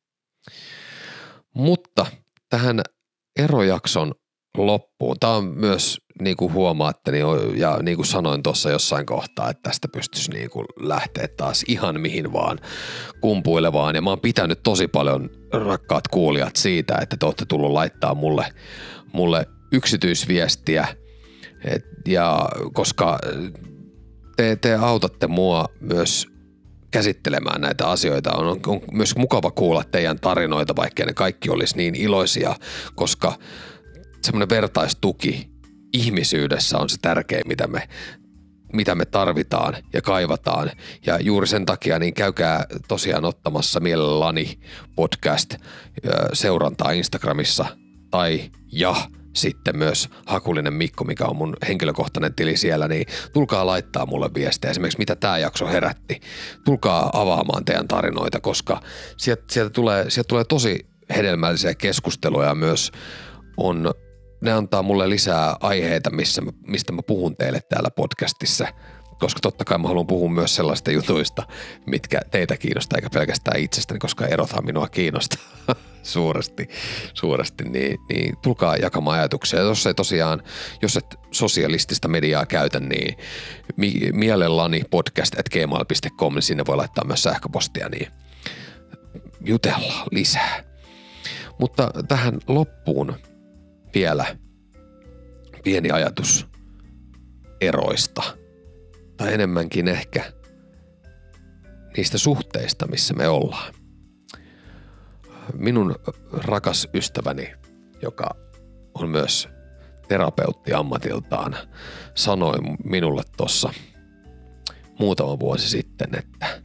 Mutta tähän erojakson loppuun. Tämä on myös, niin kuin huomaatte, niin, ja niin kuin sanoin tuossa jossain kohtaa, että tästä pystyisi niin kuin lähteä taas ihan mihin vaan kumpuilevaan. Ja mä oon pitänyt tosi paljon, rakkaat kuulijat, siitä, että te olette tullut laittaa mulle, mulle yksityisviestiä, et, ja koska te, te autatte mua myös käsittelemään näitä asioita. On, on myös mukava kuulla teidän tarinoita, vaikka ne kaikki olisi niin iloisia, koska semmoinen vertaistuki ihmisyydessä on se tärkein, mitä me, mitä me tarvitaan ja kaivataan. Ja juuri sen takia niin käykää tosiaan ottamassa mielelläni podcast seurantaa Instagramissa tai ja sitten myös Hakulinen Mikko, mikä on mun henkilökohtainen tili siellä, niin tulkaa laittaa mulle viestejä. Esimerkiksi mitä tämä jakso herätti. Tulkaa avaamaan teidän tarinoita, koska sieltä, sieltä, tulee, sieltä tulee tosi hedelmällisiä keskusteluja myös on, ne antaa mulle lisää aiheita, missä mä, mistä mä puhun teille täällä podcastissa, koska totta kai mä haluan puhua myös sellaista jutuista, mitkä teitä kiinnostaa, eikä pelkästään itsestäni, koska erothan minua kiinnostaa suuresti, suuresti niin, niin tulkaa jakamaan ajatuksia. Jos ei tosiaan, jos et sosialistista mediaa käytä, niin mi- mielelläni podcast at gmail piste com, niin sinne voi laittaa myös sähköpostia, niin jutellaan lisää. Mutta tähän loppuun vielä pieni ajatus eroista, tai enemmänkin ehkä niistä suhteista, missä me ollaan. Minun rakas ystäväni, joka on myös terapeutti ammatiltaan, sanoi minulle tuossa muutama vuosi sitten, että,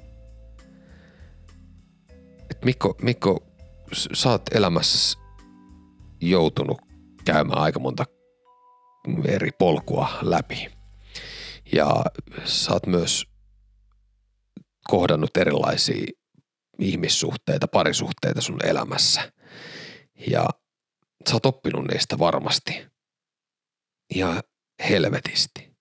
että Mikko, Mikko, sä oot elämässä joutunut käymään aika monta eri polkua läpi. Ja sä oot myös kohdannut erilaisia ihmissuhteita, parisuhteita sun elämässä. Ja sä oot oppinut niistä varmasti. Ja helvetisti.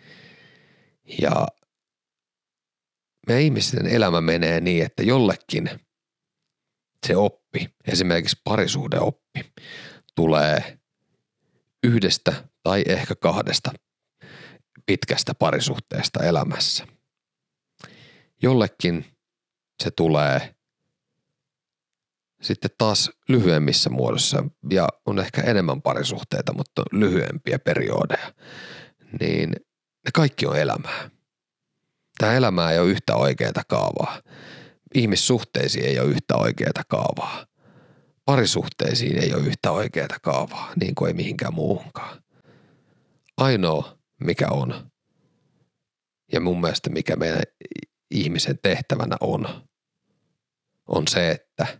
Ja meidän ihmisten elämä menee niin, että jollekin se oppi, esimerkiksi parisuhdeoppi, tulee yhdestä tai ehkä kahdesta pitkästä parisuhteesta elämässä. Jollekin se tulee sitten taas lyhyemmissä muodossa ja on ehkä enemmän parisuhteita, mutta lyhyempiä periodeja. Niin Ne kaikki on elämää. Tämä elämä ei ole yhtä oikeaa kaavaa. Ihmissuhteisiin ei ole yhtä oikeaa kaavaa. Parisuhteisiin ei ole yhtä oikeaa kaavaa, niin kuin ei mihinkään muuhunkaan. Ainoa, mikä on, ja mun mielestä mikä meidän ihmisen tehtävänä on, on se, että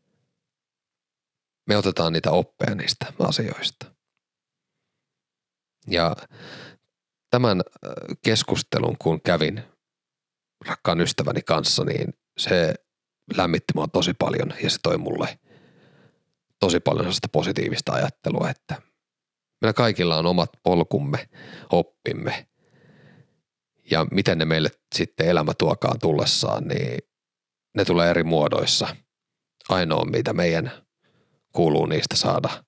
me otetaan niitä oppeja niistä asioista. Ja tämän keskustelun, kun kävin rakkaan ystäväni kanssa, niin se lämmitti mua tosi paljon ja se toi mulle tosi paljon sellaista positiivista ajattelua, että meillä kaikilla on omat polkumme, oppimme ja miten ne meille sitten elämä tuokaan tullessaan, niin ne tulee eri muodoissa. Ainoa, mitä meidän kuuluu niistä saada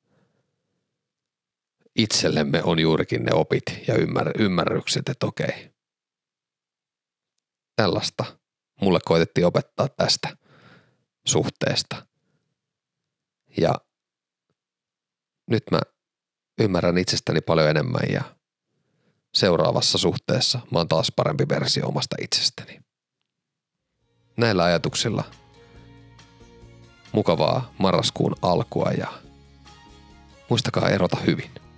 itsellemme on juurikin ne opit ja ymmär- ymmärrykset, että okei. Tällaista mulle koitettiin opettaa tästä suhteesta. Ja nyt mä ymmärrän itsestäni paljon enemmän ja seuraavassa suhteessa mä oon taas parempi versio omasta itsestäni. Näillä ajatuksilla mukavaa marraskuun alkua ja muistakaa erota hyvin.